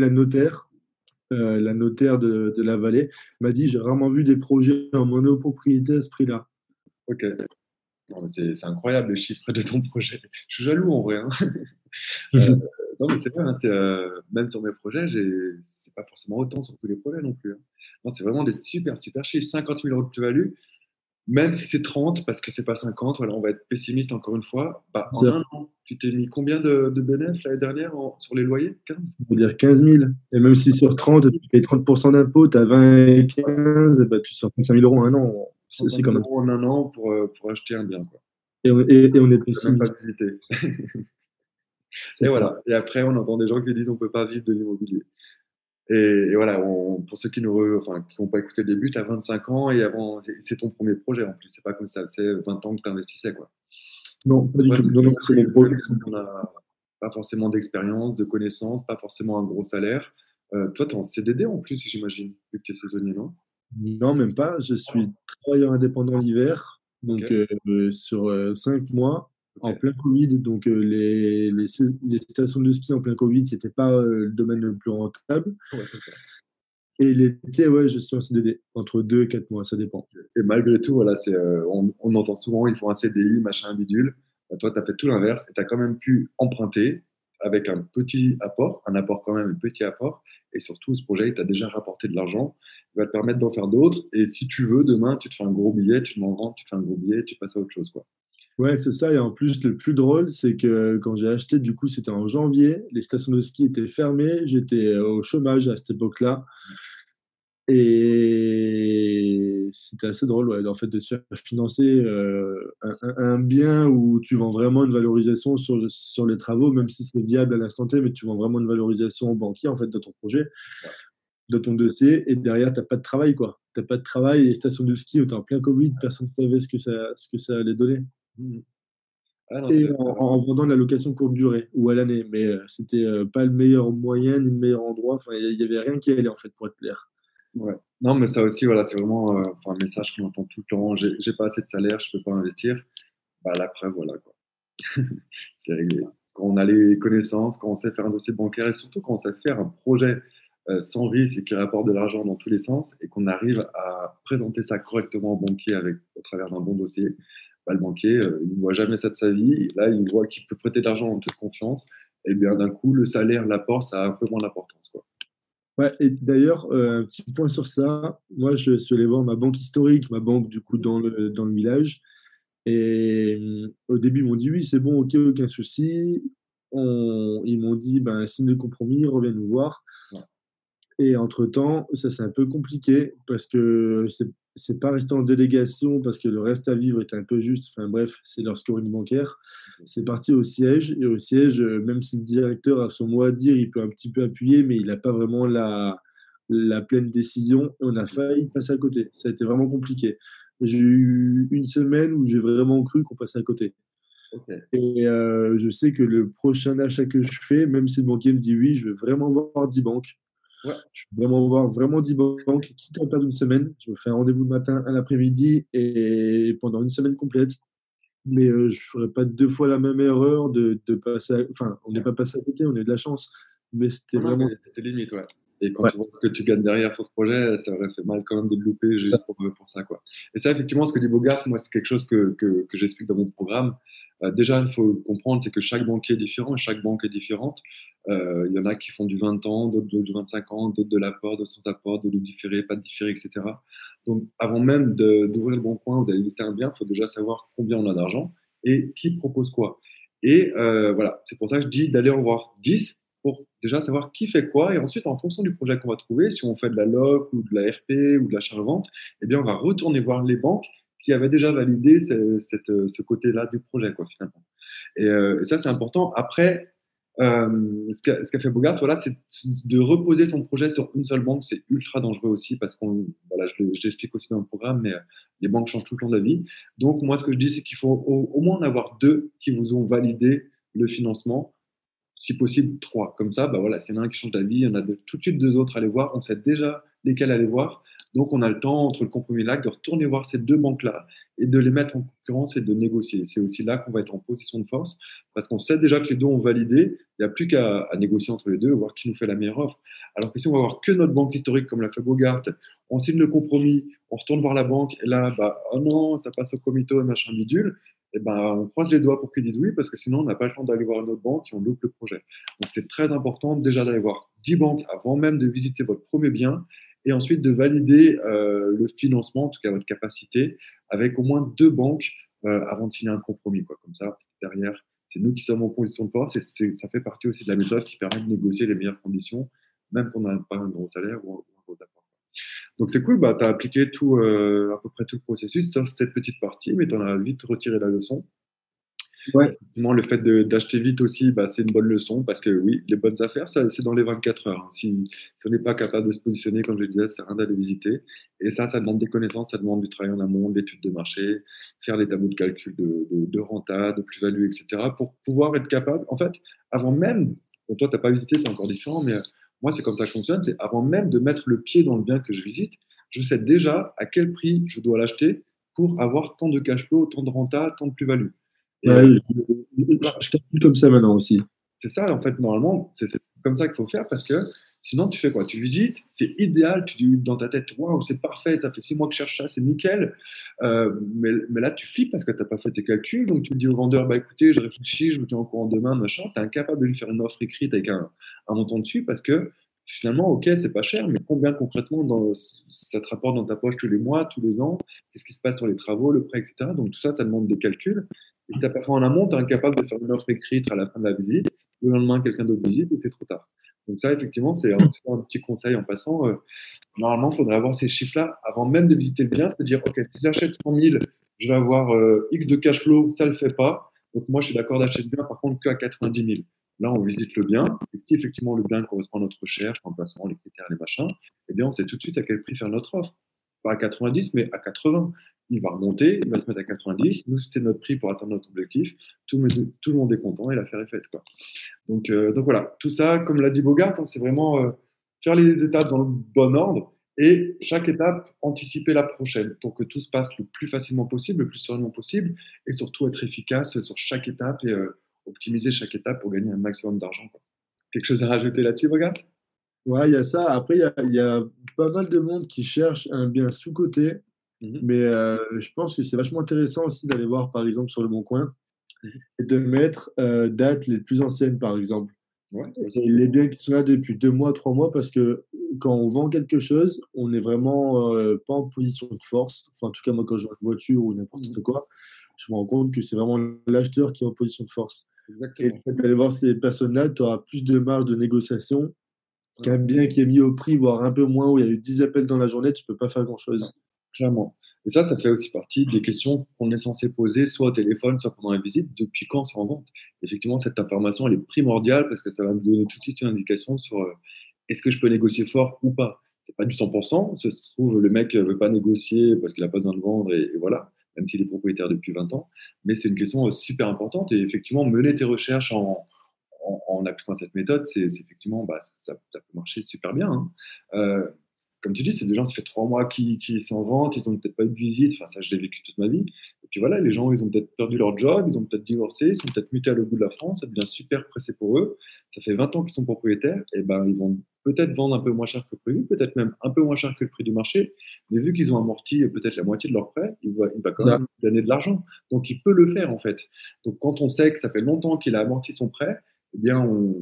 la notaire de la vallée, m'a dit, j'ai rarement vu des projets en monopropriété à ce prix-là. Ok. Non, mais c'est incroyable les chiffres de ton projet. Je suis jaloux en vrai, hein. Euh, non, mais c'est vrai, hein, même sur mes projets, c'est pas forcément autant sur tous les projets non plus, hein. Non, c'est vraiment des super, super chiffres. 50 000 euros de plus-value, même si c'est 30, parce que c'est pas 50, voilà, on va être pessimiste encore une fois. Bah, en un an, tu t'es mis combien de bénéfices l'année dernière sur les loyers? 15? On va dire 15 000. Et même si sur 30, tu payes 30% d'impôts, tu as 20 et 15, et bah, tu sors 35 000 euros en un an. C'est 35 quand 000 même. euros en un an pour acheter un bien, quoi. Et on est Tu même pas pessimiste. visité. Et C'est ça. voilà. Et après, on entend des gens qui disent on peut pas vivre de l'immobilier. Et voilà, pour ceux enfin, qui n'ont pas écouté le début, tu as 25 ans et avant, c'est ton premier projet en plus. C'est pas comme ça, c'est 20 ans que tu investissais, quoi. Non, pas du Ouais, tout. c'est Non, pour non, ça c'est que mon vous projet. savez, on n'a pas forcément d'expérience, de connaissances, pas forcément un gros salaire. Toi, tu es en CDD en plus, j'imagine, vu que tu es saisonnier, non? Non, même pas. Je suis travailleur indépendant l'hiver, Ok, donc sur 5 mois, ok. en plein Covid. Donc les stations de ski en plein Covid, c'était pas le domaine le plus rentable. Ouais, c'est ça. Et l'été, ouais, je suis en CDD, entre 2 et 4 mois, ça dépend. Et malgré tout, voilà, on entend souvent, ils font un CDI, machin, bidule. Bah, toi, tu as fait tout l'inverse et tu as quand même pu emprunter avec un petit apport, un apport quand même, un petit apport. Et surtout, ce projet, il t'a déjà rapporté de l'argent. Il va te permettre d'en faire d'autres. Et si tu veux, demain, tu te fais un gros billet, tu m'en vends, tu te fais un gros billet, tu passes à autre chose, quoi. Ouais, c'est ça. Et en plus, le plus drôle, c'est que quand j'ai acheté, du coup, c'était en janvier, les stations de ski étaient fermées, j'étais au chômage à cette époque-là. Et c'était assez drôle, ouais, en fait, de se faire financer un bien où tu vends vraiment une valorisation sur les travaux, même si c'est viable à l'instant T, mais tu vends vraiment une valorisation au banquier, en fait, de ton projet, Ouais. de ton dossier, et derrière, t'as pas de travail, quoi. T'as pas de travail, et les stations de ski, où t'es en plein Covid, personne ne savait ce que ça allait donner. Mhm. Ah non, Et c'est en vendant de la location courte durée, ou à l'année, mais c'était pas le meilleur moyen, ni le meilleur endroit, enfin, il y avait rien qui allait, en fait, pour être clair. ouais. Non, mais ça aussi, voilà, c'est vraiment enfin, un message qu'on entend tout le temps. J'ai pas assez de salaire, je peux pas investir. Bah, la preuve, voilà, quoi. C'est réglé. Quand on a les connaissances, quand on sait faire un dossier bancaire et surtout quand on sait faire un projet sans risque et qui rapporte de l'argent dans tous les sens et qu'on arrive à présenter ça correctement au banquier au travers d'un bon dossier, bah, le banquier, il ne voit jamais ça de sa vie. Et là, il voit qu'il peut prêter de l'argent en toute confiance. Et bien d'un coup, le salaire, l'apport, ça a un peu moins d'importance, quoi. Ouais, et d'ailleurs, un petit point sur ça. Moi, je suis allé voir ma banque historique, ma banque du coup dans le village. Et au début, ils m'ont dit oui, c'est bon, ok, aucun souci. Ils m'ont dit, ben, signe de compromis, reviens nous voir. Ouais. Et entre-temps, ça c'est un peu compliqué parce que c'est pas resté en délégation parce que le reste à vivre était un peu juste. Enfin bref, c'est leur scoring bancaire. C'est parti au siège. Et au siège, même si le directeur a son mot à dire, il peut un petit peu appuyer, mais il n'a pas vraiment la pleine décision. Et on a failli passer à côté. Ça a été vraiment compliqué. J'ai eu une semaine où j'ai vraiment cru qu'on passait à côté. Ok. Et je sais que le prochain achat que je fais, même si le banquier me dit oui, je veux vraiment voir 10 banques. Ouais. Je veux vraiment voir vraiment 10 banques, quitte à perdre une semaine. Je me fais un rendez-vous le matin, un l'après-midi et pendant une semaine complète. Mais je ne ferai pas deux fois la même erreur de passer. Enfin, on n'est Ouais. pas passé à côté, on a eu de la chance. Mais c'était Non, non, mais vraiment. c'était limite, ouais. Et quand Ouais. tu vois ce que tu gagnes derrière sur ce projet, ça aurait fait mal quand même de le louper juste pour ça, quoi. Et ça, effectivement, ce que dit Bogart, moi, c'est quelque chose que j'explique dans mon programme. Déjà, il faut comprendre, c'est que chaque banquier est différent, chaque banque est différente. Il y en a qui font du 20 ans, d'autres du 25 ans, d'autres de l'apport, d'autres sans apport, d'autres différé, pas de différé, etc. Donc, avant même d'ouvrir le bon coin ou d'aller visiter un bien, il faut déjà savoir combien on a d'argent et qui propose quoi. Et voilà, c'est pour ça que je dis d'aller en voir 10 pour déjà savoir qui fait quoi. Et ensuite, en fonction du projet qu'on va trouver, si on fait de la loc ou de la RP ou de la charge-vente, eh bien, on va retourner voir les banques qui avaient déjà validé ce côté-là du projet, quoi, finalement. Et ça, c'est important. Après, ce qu'a fait Bogart, voilà, c'est de reposer son projet sur une seule banque. C'est ultra dangereux aussi parce qu'on, voilà, je l'explique aussi dans le programme, mais les banques changent tout le temps d'avis. Donc, moi, ce que je dis, c'est qu'il faut au moins en avoir deux qui vous ont validé le financement, si possible trois. Comme ça, bah voilà, s'il y en a un qui change d'avis, il y en a tout de suite deux autres à aller voir. On sait déjà lesquels aller voir. Donc, on a le temps, entre le compromis là, de retourner voir ces deux banques-là et de les mettre en concurrence et de négocier. C'est aussi là qu'on va être en position de force parce qu'on sait déjà que les deux ont validé. Il n'y a plus qu'à négocier entre les deux, voir qui nous fait la meilleure offre. Alors que si on va voir que notre banque historique, comme l'a fait Bogart, on signe le compromis, on retourne voir la banque et là, bah, oh non, ça passe au comité, machin bidule. Et ben, on croise les doigts pour qu'ils disent oui, parce que sinon, on n'a pas le temps d'aller voir une autre banque et on loupe le projet. Donc, c'est très important déjà d'aller voir 10 banques avant même de visiter votre premier bien et ensuite de valider le financement, en tout cas votre capacité, avec au moins deux banques avant de signer un compromis, quoi. Comme ça, derrière, c'est nous qui sommes en position de force et ça fait partie aussi de la méthode qui permet de négocier les meilleures conditions, même qu'on n'a pas un gros salaire ou un gros apport. Donc c'est cool, bah, tu as appliqué tout, à peu près tout le processus, sauf cette petite partie, mais tu en as vite retiré la leçon. Ouais. Effectivement, le fait d'acheter vite aussi, bah, c'est une bonne leçon parce que oui, les bonnes affaires, c'est dans les 24 heures, hein. Si on n'est pas capable de se positionner, comme je le disais, ça sert à rien d'aller visiter. Et ça demande des connaissances, ça demande du travail en amont, de l'étude de marché, faire les tableaux de calcul de renta, de plus-value, etc. pour pouvoir être capable, en fait, avant même, bon, toi, tu n'as pas visité, c'est encore différent, mais moi, c'est comme ça que je fonctionne, c'est avant même de mettre le pied dans le bien que je visite, je sais déjà à quel prix je dois l'acheter pour avoir tant de cash flow, tant de renta, tant de plus-value. Et Ouais, voilà. je calcule comme ça maintenant aussi. C'est ça, en fait, normalement, c'est comme ça qu'il faut faire parce que sinon, tu fais quoi? Tu visites, c'est idéal, tu dis dans ta tête, waouh, c'est parfait, ça fait 6 mois que je cherche ça, c'est nickel. Mais là, tu flippes parce que tu n'as pas fait tes calculs. Donc, tu dis au vendeur, bah écoutez, je réfléchis, je vous tiens au courant demain, machin. Tu es incapable de lui faire une offre écrite avec un montant dessus parce que finalement, ok, c'est pas cher, mais combien concrètement ça te rapporte dans ta poche tous les mois, tous les ans? Qu'est-ce qui se passe sur les travaux, le prêt, etc. Donc, tout ça, ça demande des calculs. Et si tu n'as pas fait en amont, tu es incapable de faire une offre écrite à la fin de la visite. Le lendemain, quelqu'un d'autre visite et c'est trop tard. Donc ça, effectivement, c'est un petit conseil en passant. Normalement, il faudrait avoir ces chiffres-là avant même de visiter le bien, c'est-à-dire, OK, si j'achète 100 000, je vais avoir X de cash flow, ça ne le fait pas. Donc moi, je suis d'accord d'acheter le bien, par contre, qu'à 90 000. Là, on visite le bien. Et si effectivement le bien correspond à notre recherche, l'emplacement, les critères, les machins, eh bien, on sait tout de suite à quel prix faire notre offre. Pas à 90, mais à 80. Il va remonter, il va se mettre à 90. Nous, c'était notre prix pour atteindre notre objectif. Tout le monde est content et l'affaire est faite, quoi. Donc voilà, tout ça, comme l'a dit Bogart, hein, c'est vraiment faire les étapes dans le bon ordre et chaque étape anticiper la prochaine pour que tout se passe le plus facilement possible, le plus sereinement possible et surtout être efficace sur chaque étape et optimiser chaque étape pour gagner un maximum d'argent, quoi. Quelque chose à rajouter là-dessus, Bogart? Ouais, il y a ça. Après, il y a pas mal de monde qui cherche un bien sous-coté, Mhm, mais je pense que c'est vachement intéressant aussi d'aller voir, par exemple, sur Le Bon Coin mhm. et de mettre dates les plus anciennes, par exemple. Ouais, bah, Et les biens qui sont là depuis 2 mois, 3 mois, parce que quand on vend quelque chose, on est vraiment pas en position de force. Enfin, en tout cas, moi, quand je vends une voiture ou n'importe mmh, quoi, je me rends compte que c'est vraiment l'acheteur qui est en position de force. Et le exactement. fait d'aller voir ces personnes-là, tu auras plus de marge de négociation Ouais. qu'un bien qui est mis au prix, voire un peu moins, où il y a eu 10 appels dans la journée, tu peux pas faire Non, grand-chose. clairement. Et ça fait aussi partie des questions qu'on est censé poser, soit au téléphone, soit pendant la visite. Depuis quand c'est en vente? Effectivement, cette information, elle est primordiale parce que ça va me donner tout de suite une indication sur est-ce que je peux négocier fort ou pas. C'est pas du 100%. Ça se trouve, le mec veut pas négocier parce qu'il a pas besoin de vendre et voilà, même s'il est propriétaire depuis 20 ans. Mais c'est une question super importante et effectivement, mener tes recherches en appliquant cette méthode, c'est effectivement, bah, ça peut marcher super bien, hein. Comme tu dis, c'est des gens, ça fait 3 mois qui sont en vente, ils ont peut-être pas eu de visite, enfin ça je l'ai vécu toute ma vie. Et puis voilà, les gens, ils ont peut-être perdu leur job, ils ont peut-être divorcé, ils sont peut-être mutés à l'autre bout de la France, ça devient super pressé pour eux. Ça fait 20 ans qu'ils sont propriétaires, et ben ils vont peut-être vendre un peu moins cher que prévu, peut-être même un peu moins cher que le prix du marché, mais vu qu'ils ont amorti peut-être la moitié de leur prêt, il va quand Là, même gagner de l'argent. Donc il peut le faire en fait. Donc quand on sait que ça fait longtemps qu'il a amorti son prêt, eh bien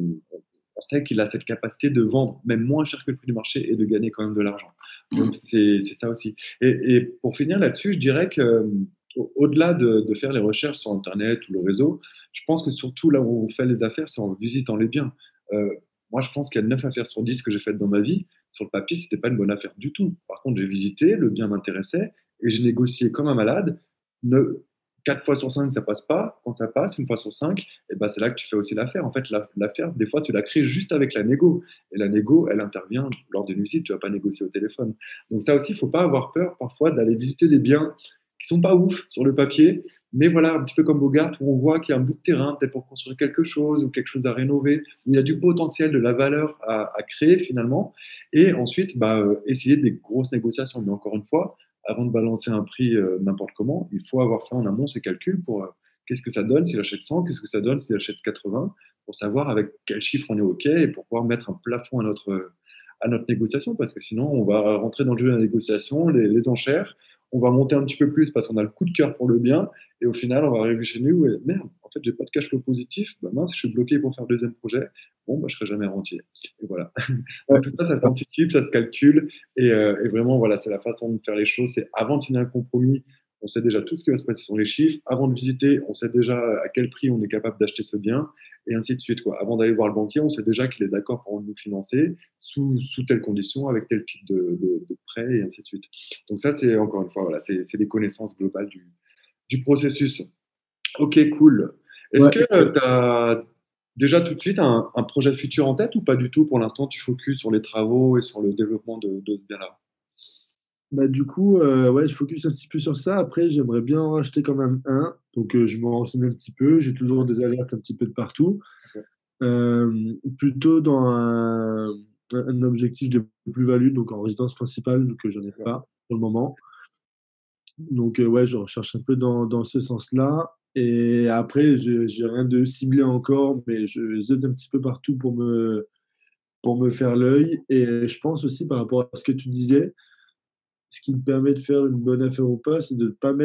on sait qu'il a cette capacité de vendre même moins cher que le prix du marché et de gagner quand même de l'argent. Donc c'est ça aussi. Et pour finir là-dessus, je dirais que au-delà de faire les recherches sur Internet ou le réseau, je pense que surtout là où on fait les affaires, c'est en visitant les biens. Euh, Moi, je pense qu'il y a 9 affaires sur 10 que j'ai faites dans ma vie. Sur le papier, c'était pas une bonne affaire du tout. Par contre, j'ai visité, le bien m'intéressait et j'ai négocié comme un malade. Ne, 4 fois sur 5, ça passe pas. Quand ça passe, une fois sur 5, et ben, c'est là que tu fais aussi l'affaire. En fait, l'affaire, des fois, tu la crées juste avec la négo. Et la négo, elle intervient lors d'une visite. Tu vas pas négocier au téléphone. Donc ça aussi, il faut pas avoir peur parfois d'aller visiter des biens qui sont pas ouf sur le papier, mais voilà, un petit peu comme Bogart, où on voit qu'il y a un bout de terrain, peut-être pour construire quelque chose ou quelque chose à rénover, où il y a du potentiel, de la valeur à créer finalement. Et ensuite, bah, essayer des grosses négociations. Mais encore une fois, avant de balancer un prix n'importe comment, il faut avoir fait en amont ces calculs pour qu'est-ce que ça donne s'il achète 100, qu'est-ce que ça donne s'il achète 80, pour savoir avec quel chiffre on est OK et pour pouvoir mettre un plafond à notre négociation, parce que sinon, on va rentrer dans le jeu de la négociation, les enchères, on va monter un petit peu plus parce qu'on a le coup de cœur pour le bien, et au final, on va arriver chez nous et merde, en fait, j'ai pas de cash flow positif, bah mince, je suis bloqué pour faire le deuxième projet, bon, bah, je serai jamais rentier. Et voilà. ouais, Donc tout ça, c'est ça ça. s'anticipe, ça se calcule, et vraiment, voilà, c'est la façon de faire les choses, c'est avant de signer un compromis, on sait déjà tout ce qui va se passer sur les chiffres. Avant de visiter, on sait déjà à quel prix on est capable d'acheter ce bien, et ainsi de suite, quoi. Avant d'aller voir le banquier, on sait déjà qu'il est d'accord pour nous financer sous telles conditions, avec tel type de prêt, et ainsi de suite. Donc ça, c'est encore une fois, voilà, c'est les connaissances globales du processus. Ok, cool. Est-ce Ouais, que tu as déjà tout de suite un projet futur en tête ou pas du tout? Pour l'instant, tu focuses sur les travaux et sur le développement de ce bien-là. bah, du coup, ouais, je focus un petit peu sur ça. Après, j'aimerais bien en racheter quand même un. Donc, je me renseigne un petit peu. J'ai toujours des alertes un petit peu de partout. Ok. Plutôt dans un objectif de plus-value, donc en résidence principale, que j'en ai D'accord. pas pour le moment. Donc, ouais, je recherche un peu dans ce sens-là. Et après, j'ai rien de ciblé encore, mais je zèle un petit peu partout pour me faire l'œil. Et je pense aussi par rapport à ce que tu disais, ce qui me permet de faire une bonne affaire ou pas, c'est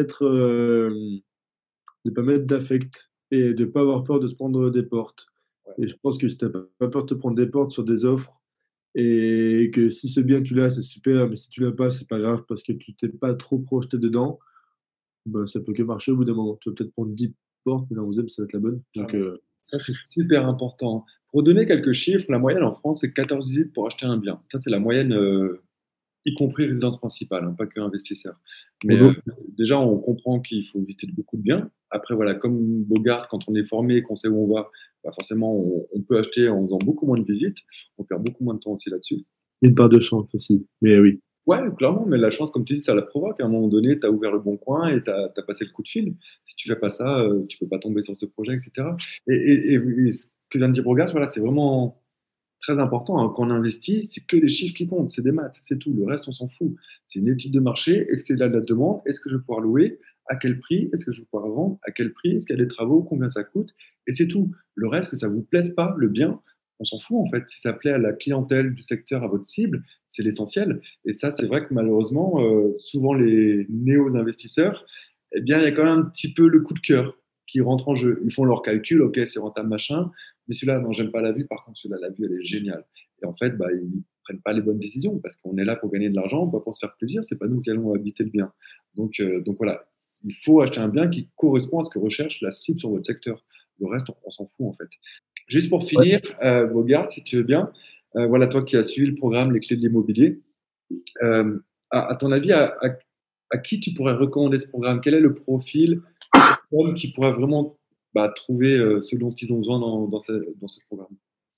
de pas mettre d'affect et de pas avoir peur de se prendre des portes. Ouais. Et je pense que si tu pas peur de te prendre des portes sur des offres et que si ce bien tu l'as, c'est super, mais si tu l'as pas, c'est pas grave parce que tu t'es pas trop projeté dedans, bah, ça peut que marcher au bout d'un moment. Tu vas peut-être prendre 10 portes, mais la 11e, ça va être la bonne. Donc, Clairement. Ça, c'est super important. Pour donner quelques chiffres, la moyenne en France, c'est 14 visites pour acheter un bien. Ça, c'est la moyenne, y compris résidence principale, hein, pas que investisseur. Mais Mono. déjà, on comprend qu'il faut visiter beaucoup de biens. Après, voilà, comme Bogart, quand on est formé, qu'on sait où on va, bah forcément, on peut acheter en faisant beaucoup moins de visites. On perd beaucoup moins de temps aussi là-dessus. Une part de chance aussi. Mais oui. Ouais, clairement, mais la chance, comme tu dis, ça la provoque. À un moment donné, tu as ouvert le bon coin et tu as passé le coup de fil. Si tu fais pas ça, tu peux pas tomber sur ce projet, etc. Et ce que vient de dire Bogart, voilà, c'est vraiment très important, hein. Quand on investit, c'est que les chiffres qui comptent, c'est des maths, c'est tout. Le reste, on s'en fout. C'est une étude de marché. Est-ce qu'il y a de la demande? Est-ce que je vais pouvoir louer? À quel prix? Est-ce que je vais pouvoir vendre? À quel prix? Est-ce qu'il y a des travaux? Combien ça coûte? Et c'est tout. Le reste, que ça vous plaise pas, le bien, on s'en fout en fait. Si ça plaît à la clientèle du secteur, à votre cible, c'est l'essentiel. Et ça, c'est vrai que malheureusement, souvent les néo-investisseurs, eh bien, il y a quand même un petit peu le coup de cœur. qui rentrent en jeu. Ils font leurs calculs, ok, c'est rentable, machin, mais celui-là, non, j'aime pas la vue, par contre, celui-là, la vue, elle est géniale. Et en fait, bah, ils prennent pas les bonnes décisions parce qu'on est là pour gagner de l'argent, pas pour se faire plaisir, c'est pas nous qui allons habiter le bien. Donc voilà, il faut acheter un bien qui correspond à ce que recherche la cible sur votre secteur. Le reste, on s'en fout en fait. Juste pour Ouais. finir, Bogart, si tu veux bien, voilà, toi qui as suivi le programme Les Clés de l'immobilier, euh, à ton avis, à qui tu pourrais recommander ce programme? Quel est le profil d'homme qui pourrait vraiment bah, trouver ce dont ils ont besoin dans ce programme?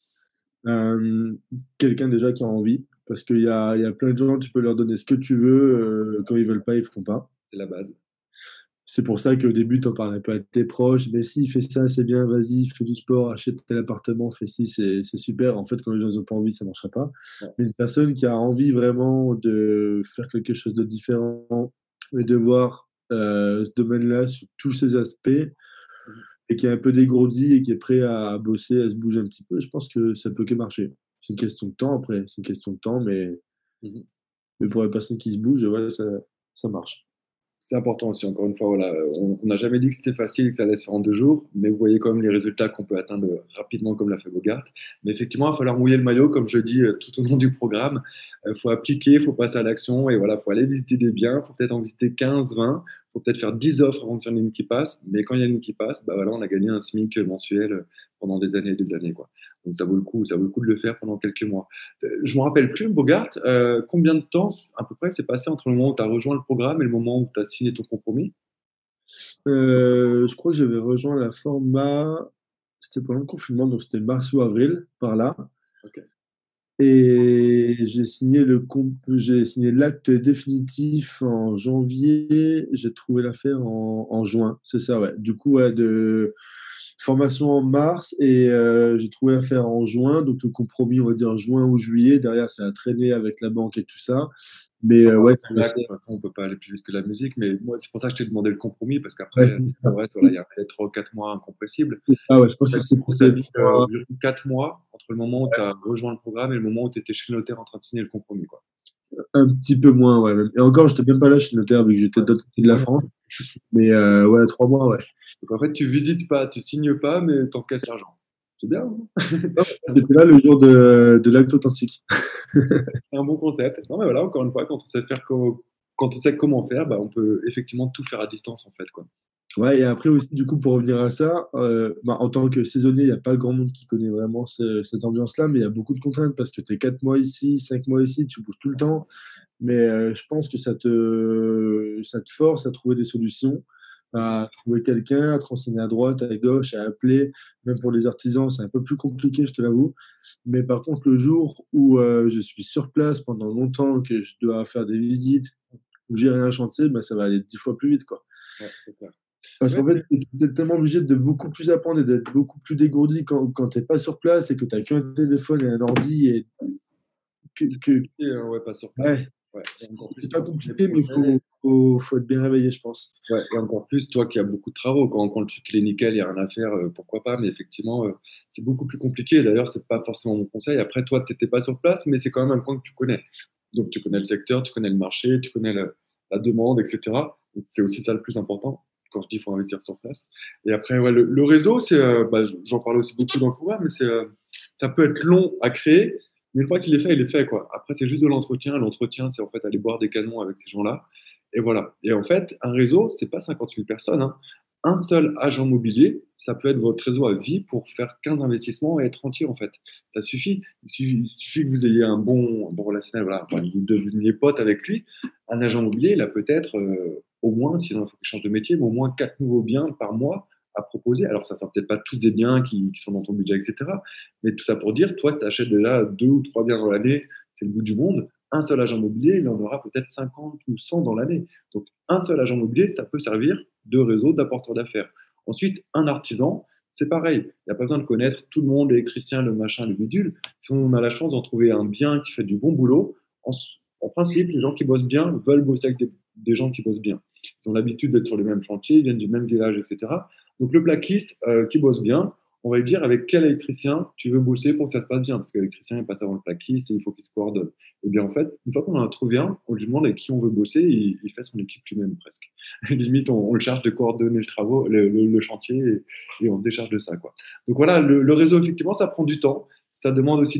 Euh, Quelqu'un déjà qui a envie, parce qu'il y a plein de gens, tu peux leur donner ce que tu veux, quand ils veulent pas, ils font pas. C'est la base. C'est pour ça qu'au début, tu en parlais pas à tes proches, mais si, fais ça, c'est bien, vas-y, fais du sport, achète tel appartement, fais ci, c'est super. En fait, quand les gens n'ont pas envie, ça ne marchera pas. Ouais. Mais une personne qui a envie vraiment de faire quelque chose de différent et de voir ce domaine-là sous tous ses aspects, et qui est un peu dégourdi et qui est prêt à bosser, à se bouger un petit peu, je pense que ça peut que marcher. C'est une question de temps après, c'est une question de temps, Mhm. mais pour la personne qui se bouge, voilà, ça marche. C'est important aussi, encore une fois, voilà, on n'a jamais dit que c'était facile et que ça allait se faire en 2 jours, mais vous voyez quand même les résultats qu'on peut atteindre rapidement comme l'a fait Bogart. Mais effectivement, il va falloir mouiller le maillot, comme je dis tout au long du programme. Il faut appliquer, il faut passer à l'action et voilà, il faut aller visiter des biens, il faut peut-être en visiter 15, 20, il faut peut-être faire 10 offres avant qu'il y en ait une qui passe, mais quand il y a une qui passe, bah voilà, on a gagné un SMIC mensuel pendant des années et des années, quoi. Donc ça vaut le coup de le faire pendant quelques mois. Je ne me rappelle plus, Bogart, combien de temps à peu près s'est passé entre le moment où tu as rejoint le programme et le moment où tu as signé ton compromis? Je crois que j'avais rejoint la format, c'était pendant le confinement, donc c'était mars ou avril, par là. Ok. Et j'ai signé l'acte définitif en janvier. J'ai trouvé l'affaire en juin. C'est ça, ouais. Du coup, ouais, de formation en mars et j'ai trouvé l'affaire en juin. Donc, le compromis, on va dire juin ou juillet. Derrière, ça a traîné avec la banque et tout ça. Mais Ah, ouais, là, de toute façon, on peut pas aller plus vite que la musique, mais moi, c'est pour ça que je t'ai demandé le compromis, parce ouais, qu'après, c'est le ça. reste, voilà, il y a peut-être 3 ou 4 mois incompressibles. Ah ouais, je pense En que fait, c'est du coup, ça peut-être dit environ 4 mois entre le moment où tu as rejoint le programme et le moment où tu étais chez le notaire en train de signer le compromis, quoi. un petit peu moins, ouais. Et encore, j'étais même pas là chez le notaire vu que j'étais de l'autre côté de la Ouais. France. Mais ouais, 3 mois, ouais. Donc, en fait, tu visites pas, tu signes pas, mais tu encaisses l'argent. C'est bien, hein. Non, j'étais là le jour de l'acte authentique. C'est un bon concept. Non, mais voilà, encore une fois, quand on sait comment faire, bah, on peut effectivement tout faire à distance, en fait, quoi. Ouais, et après aussi, du coup, pour revenir à ça, bah, en tant que saisonnier, il n'y a pas grand monde qui connaît vraiment cette ambiance-là, mais il y a beaucoup de contraintes parce que tu es 4 mois ici, 5 mois ici, tu bouges tout le temps. Mais je pense que ça te force à trouver des solutions, à trouver quelqu'un, à te renseigner à droite, à gauche, à appeler. Même pour les artisans, c'est un peu plus compliqué, je te l'avoue. Mais par contre, le jour où je suis sur place pendant longtemps, que je dois faire des visites, où j'ai rien à chantier, bah, ça va aller 10 fois plus vite, quoi. Ouais, c'est clair. Parce Ouais, qu'en fait, tu es tellement obligé de beaucoup plus apprendre et d'être beaucoup plus dégourdi quand tu n'es pas sur place et que tu n'as qu'un téléphone et un ordi et c'est que compliqué, hein, ouais, pas sur place. ouais, Ouais, et encore plus c'est pas toi qui fais des compliqué, mais il projets. faut être bien réveillé, je pense. Ouais, et encore plus toi qui as beaucoup de travaux. Quand le truc il est nickel, il n'y a rien à faire, pourquoi pas. Mais effectivement, c'est beaucoup plus compliqué. D'ailleurs, c'est pas forcément mon conseil. Après, toi, tu n'étais pas sur place, mais c'est quand même un point que tu connais. Donc, tu connais le secteur, tu connais le marché, tu connais la demande, etc. Donc, c'est aussi ça le plus important quand je dis qu'il faut investir sur place. Et après, ouais, le réseau, bah, j'en parlais aussi beaucoup dans le programme, mais ça peut être long à créer, mais une fois qu'il est fait, il est fait, quoi. Après, c'est juste de l'entretien. L'entretien, c'est en fait aller boire des canons avec ces gens-là. Et voilà. Et en fait, un réseau, c'est pas 50 000 personnes, hein. Un seul agent immobilier, ça peut être votre réseau à vie pour faire 15 investissements et être entier, en fait. Ça suffit. Il suffit que vous ayez un bon relationnel, voilà. Enfin, vous deveniez pote avec lui. Un agent immobilier, il a peut-être au moins, sinon il faut qu'il change de métier, mais au moins 4 nouveaux biens par mois à proposer. Alors, ça ne sera peut-être pas tous des biens qui sont dans ton budget, etc. Mais tout ça pour dire, toi, si tu achètes déjà 2 ou 3 biens dans l'année, c'est le bout du monde. Un seul agent immobilier, il en aura peut-être 50 ou 100 dans l'année. Donc, un seul agent immobilier, ça peut servir de réseau d'apporteurs d'affaires. Ensuite, un artisan, c'est pareil. Il n'y a pas besoin de connaître tout le monde, les chrétiens, le machin, le bidule. Si on a la chance d'en trouver un bien qui fait du bon boulot, en principe, les gens qui bossent bien veulent bosser avec des gens qui bossent bien. Ils ont l'habitude d'être sur les mêmes chantiers, ils viennent du même village, etc. Donc, le plaquiste qui bosse bien, on va lui dire avec quel électricien tu veux bosser pour que ça se passe bien. Parce que l'électricien, il passe avant le plaquiste et il faut qu'il se coordonne. Et bien, en fait, une fois qu'on en a trouvé un, on lui demande avec qui on veut bosser, il fait son équipe lui-même presque. Limite, on le charge de coordonner le, travaux, le chantier et on se décharge de ça, quoi. Donc voilà, le réseau, effectivement, ça prend du temps. Ça demande aussi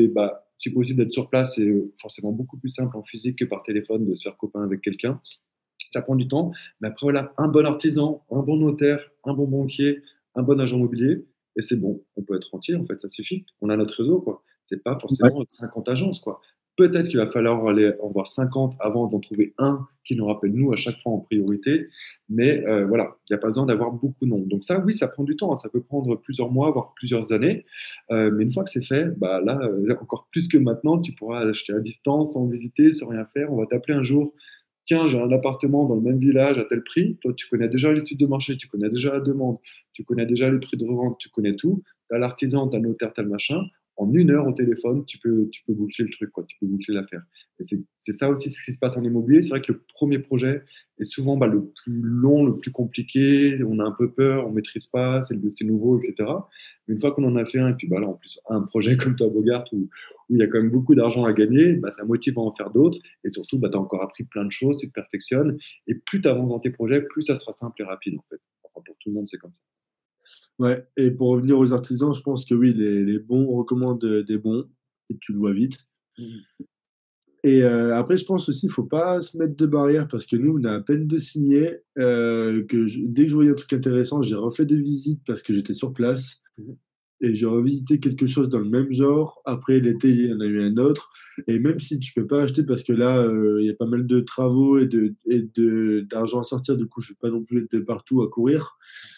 si possible, d'être sur place. C'est forcément beaucoup plus simple en physique que par téléphone de se faire copain avec quelqu'un. Ça prend du temps. Mais après, voilà, un bon artisan, un bon notaire, un bon banquier, un bon agent immobilier, et c'est bon. On peut être entier, en fait, ça suffit. On a notre réseau, quoi. C'est pas Ouais. forcément 50 agences, quoi. Peut-être qu'il va falloir aller en voir 50 avant d'en trouver un qui nous rappelle nous à chaque fois en priorité. Mais voilà, il n'y a pas besoin d'avoir beaucoup de noms. Donc ça, oui, ça prend du temps. Ça peut prendre plusieurs mois, voire plusieurs années. Mais une fois que c'est fait, bah là, encore plus que maintenant, tu pourras acheter à distance, sans visiter, sans rien faire. On va t'appeler un jour. Tiens, j'ai un appartement dans le même village à tel prix. Toi, tu connais déjà l'étude de marché, tu connais déjà la demande, tu connais déjà les prix de revente, tu connais tout. Tu as l'artisan, tu as le notaire, tu as le machin. En 1 heure au téléphone, tu peux boucler le truc, quoi. Tu peux boucler l'affaire. Et c'est ça aussi ce qui se passe en immobilier. C'est vrai que le premier projet est souvent le plus long, le plus compliqué. On a un peu peur, on ne maîtrise pas, c'est nouveau, etc. Mais une fois qu'on en a fait un, et puis là, en plus, un projet comme toi, Bogart, où il y a quand même beaucoup d'argent à gagner, bah, ça motive à en faire d'autres. Et surtout, bah, tu as encore appris plein de choses, tu te perfectionnes. Et plus tu avances dans tes projets, plus ça sera simple et rapide, en fait. Enfin, pour tout le monde, c'est comme ça. Ouais, et pour revenir aux artisans, je pense que oui, les bons recommandent des bons, et tu le vois vite. Mhm. Et après, je pense aussi, il faut pas se mettre de barrières parce que nous, on a à peine de signer, dès que je voyais un truc intéressant, j'ai refait des visites parce que j'étais sur place Mhm. et j'ai revisité quelque chose dans le même genre. Après, l'été, il y en a eu un autre. Et même si tu peux pas acheter parce que là, il y a pas mal de travaux d'argent à sortir, du coup, je ne vais pas non plus être de partout à courir.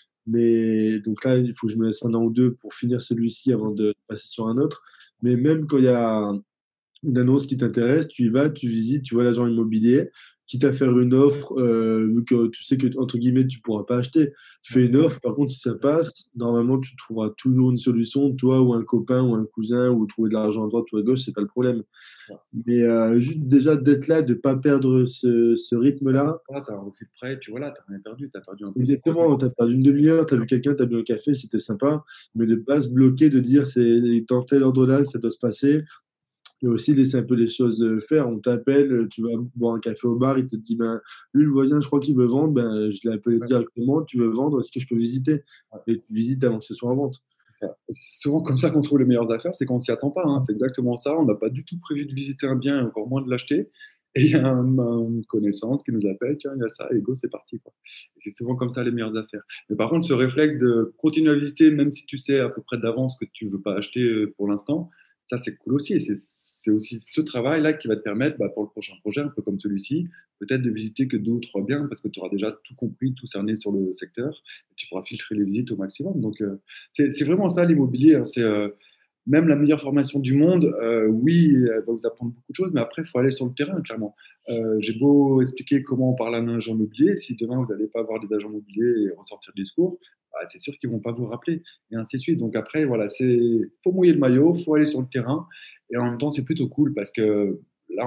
Mais donc là, il faut que je me laisse 1 an ou 2 pour finir celui-ci avant de passer sur un autre. Mais même quand il y a une annonce qui t'intéresse, tu y vas, tu visites, tu vois l'agent immobilier, quitte à faire une offre, vu que tu sais que, entre guillemets, tu pourras pas acheter. Tu fais une offre, par contre, si ça passe, normalement, tu trouveras toujours une solution, toi ou un copain ou un cousin, ou trouver de l'argent à droite ou à gauche, c'est pas le problème. Ouais. Mais juste déjà d'être là, de pas perdre ce rythme-là. Voilà, tu as un refus de prêt, puis voilà, tu n'as rien perdu, tu as perdu un peu de temps. Exactement, tu as perdu une demi-heure, tu as vu quelqu'un, tu as bu un café, c'était sympa, mais de pas se bloquer, de dire c'est dans tel ordre-là que ça doit se passer. Et aussi laisser un peu les choses faire. On t'appelle, tu vas boire un café au bar, il te dit ben, lui, le voisin, je crois qu'il veut vendre. Ben, je l'ai appelé Ouais. directement. Tu veux vendre, est-ce que je peux visiter? Ouais. Et tu visites avant que ce soit en vente. C'est ça. C'est souvent comme ça qu'on trouve les meilleures affaires, c'est qu'on s'y attend pas, hein. C'est exactement ça. On n'a pas du tout prévu de visiter un bien et encore moins de l'acheter. Et il y a une connaissance qui nous appelle, tiens, il y a ça, et go, c'est parti, quoi. Et c'est souvent comme ça les meilleures affaires. Mais par contre, ce réflexe de continuer à visiter, même si tu sais à peu près d'avance que tu ne veux pas acheter pour l'instant, ça c'est cool aussi. Et c'est aussi ce travail-là qui va te permettre, bah, pour le prochain projet, un peu comme celui-ci, peut-être de visiter que 2 ou 3 biens parce que tu auras déjà tout compris, tout cerné sur le secteur, et tu pourras filtrer les visites au maximum. Donc, c'est vraiment ça l'immobilier, hein. C'est même la meilleure formation du monde. Oui, elle va vous apprendre beaucoup de choses, mais après, il faut aller sur le terrain, clairement. J'ai beau expliquer comment on parle à un agent immobilier, si demain vous n'allez pas voir des agents immobiliers et ressortir le discours, bah, c'est sûr qu'ils ne vont pas vous rappeler, et ainsi de suite. Donc après, voilà, faut mouiller le maillot, faut aller sur le terrain, et en même temps, c'est plutôt cool parce que là,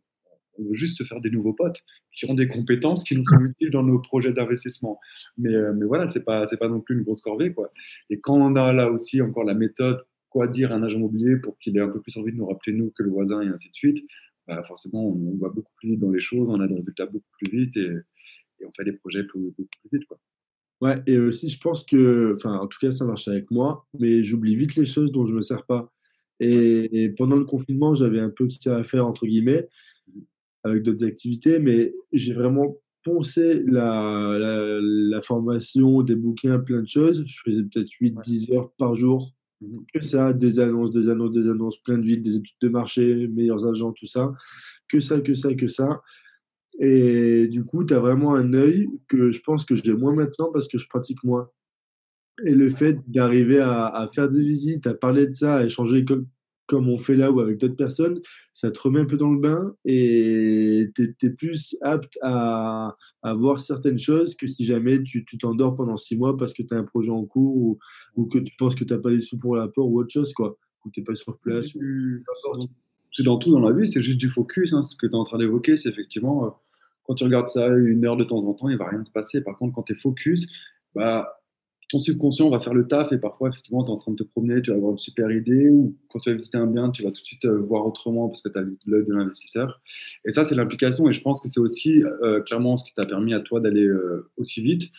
on veut juste se faire des nouveaux potes qui ont des compétences qui nous sont utiles dans nos projets d'investissement. Mais voilà, c'est pas non plus une grosse corvée, quoi. Et quand on a là aussi encore la méthode, quoi dire à un agent immobilier pour qu'il ait un peu plus envie de nous rappeler nous que le voisin et ainsi de suite, bah forcément, on va beaucoup plus vite dans les choses, on a des résultats beaucoup plus vite et on fait des projets beaucoup plus vite, quoi. Ouais, et aussi, je pense que, enfin, en tout cas, ça marche avec moi, mais j'oublie vite les choses dont je me sers pas. Ouais. Et pendant le confinement, j'avais un peu de ça à faire, entre guillemets, avec d'autres activités, mais j'ai vraiment poncé la formation, des bouquins, plein de choses. Je faisais peut-être huit Ouais. dix heures par jour, Mhm. que ça, des annonces, des annonces, des annonces, plein de villes, des études de marché, meilleurs agents, tout ça. Que ça, que ça, que ça. Et du coup, tu as vraiment un œil que je pense que j'ai moins maintenant parce que je pratique moins. Et le fait d'arriver à faire des visites, à parler de ça, à échanger comme on fait là ou avec d'autres personnes, ça te remet un peu dans le bain et tu es plus apte à voir certaines choses que si jamais tu t'endors pendant 6 mois parce que tu as un projet en cours ou que tu penses que tu as pas les sous pour l'apport ou autre chose, quoi. Ou tu pas sur place ou peu C'est importe. c'est dans tout dans la vie, c'est juste du focus, hein. Ce que tu es en train d'évoquer, c'est effectivement, quand tu regardes ça 1 heure de temps en temps, il va rien se passer. Par contre, quand tu es focus, bah, ton subconscient va faire le taf et parfois, effectivement, tu es en train de te promener, tu vas avoir une super idée ou quand tu vas visiter un bien, tu vas tout de suite voir autrement parce que tu as l'œil de l'investisseur. Et ça, c'est l'implication et je pense que c'est aussi clairement ce qui t'a permis à toi d'aller aussi vite.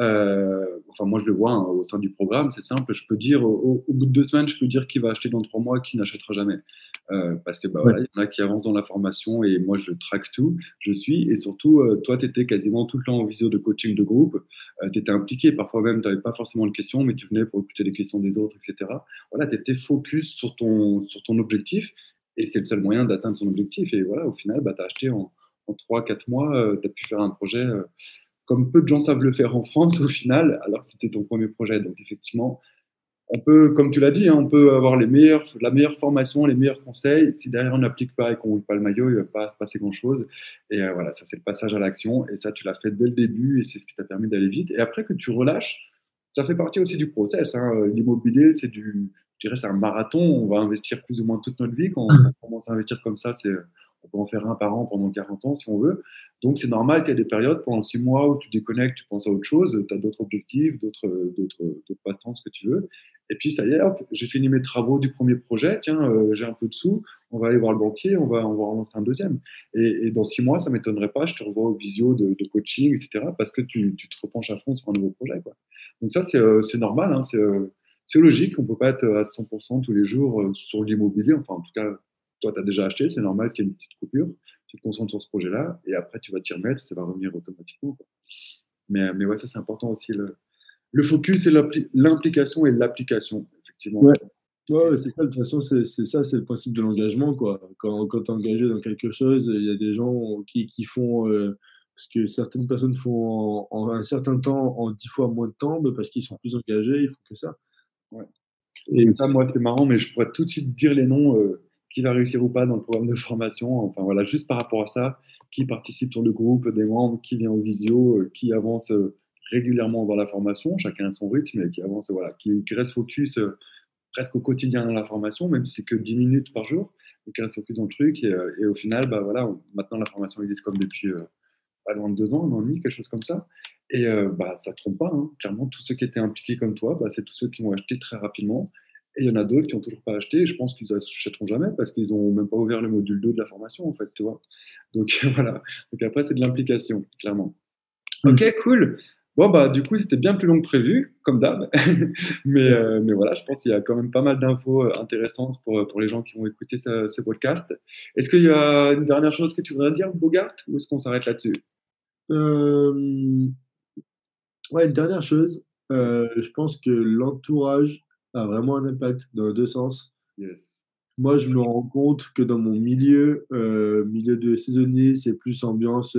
Enfin, moi, je le vois hein, au sein du programme, c'est simple. Je peux dire, au bout de 2 semaines, je peux dire qui va acheter dans 3 mois, qui n'achètera jamais. Parce que bah, Ouais. voilà, il y en a qui avancent dans la formation et moi, je traque tout, je suis. Et surtout, toi, tu étais quasiment tout le temps en visio de coaching de groupe. Tu étais impliqué, parfois même, tu n'avais pas forcément de questions, mais tu venais pour écouter les questions des autres, etc. Voilà, tu étais focus sur ton objectif et c'est le seul moyen d'atteindre son objectif. Et voilà, au final, bah, tu as acheté en 3-4 mois, tu as pu faire un projet comme peu de gens savent le faire en France au final, alors que c'était ton premier projet. Donc effectivement, on peut, comme tu l'as dit, hein, on peut avoir la meilleure formation, les meilleurs conseils. Si derrière on n'applique pas et qu'on ne roule pas le maillot, il ne va pas se passer grand-chose. Et voilà, ça c'est le passage à l'action. Et ça, tu l'as fait dès le début et c'est ce qui t'a permis d'aller vite. Et après que tu relâches, ça fait partie aussi du process. Hein. L'immobilier, je dirais, c'est un marathon. On va investir plus ou moins toute notre vie. Quand on commence à investir comme ça, on peut en faire un par an pendant 40 ans si on veut. Donc c'est normal qu'il y ait des périodes pendant 6 mois où tu déconnectes, tu penses à autre chose, tu as d'autres objectifs, d'autres passe-temps, ce que tu veux. Et puis ça y est, hop, j'ai fini mes travaux du premier projet, tiens, j'ai un peu de sous, on va aller voir le banquier, on va en lancer un deuxième. Et dans 6 mois, ça ne m'étonnerait pas, je te revois au visio de coaching, etc., parce que tu te repenches à fond sur un nouveau projet. Quoi. Donc ça, c'est normal, hein, c'est logique, on ne peut pas être à 100% tous les jours sur l'immobilier, enfin en tout cas, toi, tu as déjà acheté, c'est normal qu'il y ait une petite coupure, tu te concentres sur ce projet-là, et après, tu vas t'y remettre, ça va revenir automatiquement. Quoi. Mais ouais, ça, c'est important aussi, le focus et l'implication et l'application, effectivement. Ouais. Ouais, ouais, c'est ça, de toute façon, c'est ça, c'est le principe de l'engagement, quoi. Quand tu es engagé dans quelque chose, il y a des gens qui font, parce que certaines personnes font en un certain temps, en 10 fois moins de temps, bah, parce qu'ils sont plus engagés, ils font que ça. Ouais. Et Mais ça, moi, c'est marrant, mais je pourrais tout de suite dire les noms, qui va réussir ou pas dans le programme de formation. Enfin, voilà, juste par rapport à ça, qui participe sur le groupe, des membres, qui vient au visio, qui avance régulièrement dans la formation, chacun a son rythme, et qui avance, voilà, qui reste focus presque au quotidien dans la formation, même si c'est que 10 minutes par jour, et qui reste focus dans le truc. Et au final, bah, voilà, maintenant, la formation existe comme depuis pas loin de 2 ans, un an et demi, quelque chose comme ça. Et bah, ça ne trompe pas, hein. Clairement, tous ceux qui étaient impliqués comme toi, bah, c'est tous ceux qui ont acheté très rapidement. Et il y en a d'autres qui n'ont toujours pas acheté. Et je pense qu'ils n'achèteront jamais parce qu'ils n'ont même pas ouvert le module 2 de la formation, en fait, tu vois. Donc voilà. Donc après, c'est de l'implication, clairement. Mmh. Ok, cool. Bon, bah, du coup, c'était bien plus long que prévu, comme d'hab. Mais voilà, je pense qu'il y a quand même pas mal d'infos intéressantes pour les gens qui vont écouter ce podcast. Est-ce qu'il y a une dernière chose que tu voudrais dire, Bogart, ou est-ce qu'on s'arrête là-dessus? Hem, ouais, une dernière chose, je pense que l'entourage a vraiment un impact dans les 2 sens. Yes. Moi, je me rends compte que dans mon milieu, milieu de saisonnier, c'est plus ambiance,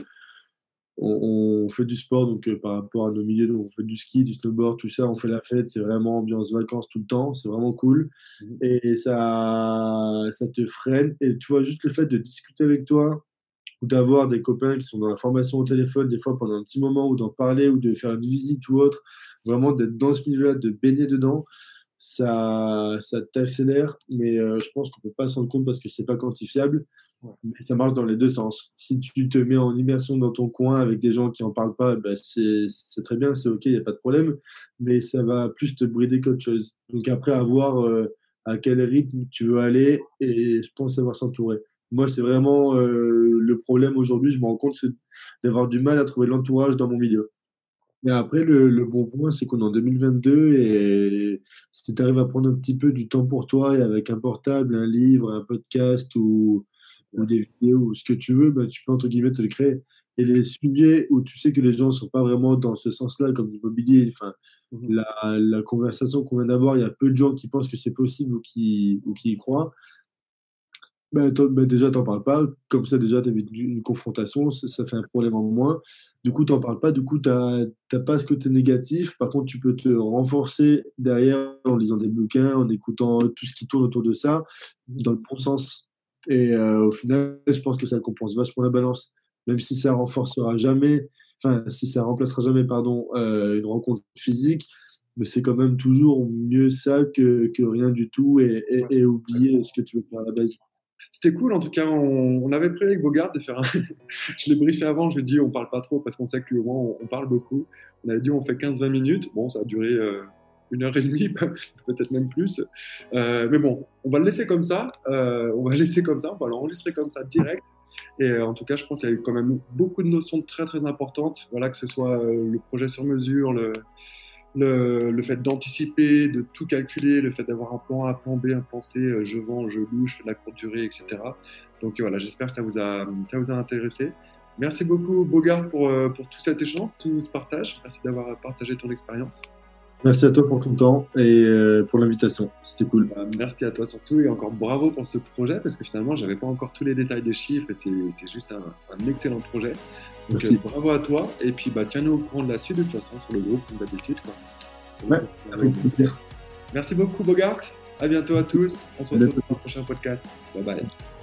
on fait du sport, donc par rapport à nos milieux, nous, on fait du ski, du snowboard, tout ça, on fait la fête, c'est vraiment ambiance vacances tout le temps, c'est vraiment cool Mhm. et ça te freine et tu vois, juste le fait de discuter avec toi ou d'avoir des copains qui sont dans la formation au téléphone, des fois pendant un petit moment ou d'en parler ou de faire une visite ou autre, vraiment d'être dans ce milieu-là, de baigner dedans, ça t'accélère, mais je pense qu'on peut pas se rendre compte parce que c'est pas quantifiable. Ouais. Mais ça marche dans les 2 sens. Si tu te mets en immersion dans ton coin avec des gens qui en parlent pas, bah, c'est très bien, c'est OK, il y a pas de problème, mais ça va plus te brider qu'autre chose. Donc après à voir, à quel rythme tu veux aller et je pense savoir s'entourer. Moi, c'est vraiment, le problème aujourd'hui, je me rends compte, c'est d'avoir du mal à trouver l'entourage dans mon milieu. Mais après le bon point, c'est qu'on est en 2022 et si tu arrives à prendre un petit peu du temps pour toi et avec un portable, un livre, un podcast ou Super. des vidéos ou ce que tu veux, bah, tu peux entre guillemets «te le créer» et les sujets où tu sais que les gens sont pas vraiment dans ce sens-là, comme l'immobilier, enfin Mhm. la conversation qu'on vient d'avoir, il y a peu de gens qui pensent que c'est possible ou qui y croient. Bah, déjà, t'en parles pas. Comme ça, déjà, tu évites une confrontation, ça fait un problème en moins. Du coup, t'en parles pas, du coup, tu pas ce côté négatif. Par contre, tu peux te renforcer derrière en lisant des bouquins, en écoutant tout ce qui tourne autour de ça, Mhm. dans le bon sens. Et au final, je pense que ça compense vachement la balance. Même si ça renforcera jamais, enfin, si ça remplacera jamais, pardon, une rencontre physique, mais c'est quand même toujours mieux ça que rien du tout et Ouais. oublier ce que tu veux faire à la base. C'était cool, en tout cas, on avait prévu avec Bogart de faire un... Je l'ai briefé avant, je lui ai dit on parle pas trop parce qu'on sait que lui au moins on parle beaucoup. On avait dit on fait 15-20 minutes, bon ça a duré 1 heure et demie, peut-être même plus. Mais bon, on va le laisser comme ça, on va laisser comme ça, on va l'enregistrer comme ça direct. Et en tout cas, je pense qu'il y a eu quand même beaucoup de notions très très importantes, voilà, que ce soit le projet sur mesure, le fait d'anticiper, de tout calculer, le fait d'avoir un plan A, un plan B, un plan C, je vends, je loue, je fais de la courte durée, etc. Donc voilà, j'espère que ça vous a intéressé. Merci beaucoup, Bogart, pour tout cet échange, tout ce partage. Merci d'avoir partagé ton expérience. Merci à toi pour ton temps et pour l'invitation. C'était cool. Merci à toi surtout et encore bravo pour ce projet parce que finalement, j'avais pas encore tous les détails des chiffres et c'est juste un excellent projet. Donc bravo à toi et puis tiens-nous au courant de la suite de toute façon sur le groupe comme d'habitude. Ouais, avec plaisir. Merci beaucoup Bogart, à bientôt à tous, on se retrouve dans le prochain podcast. Bye bye.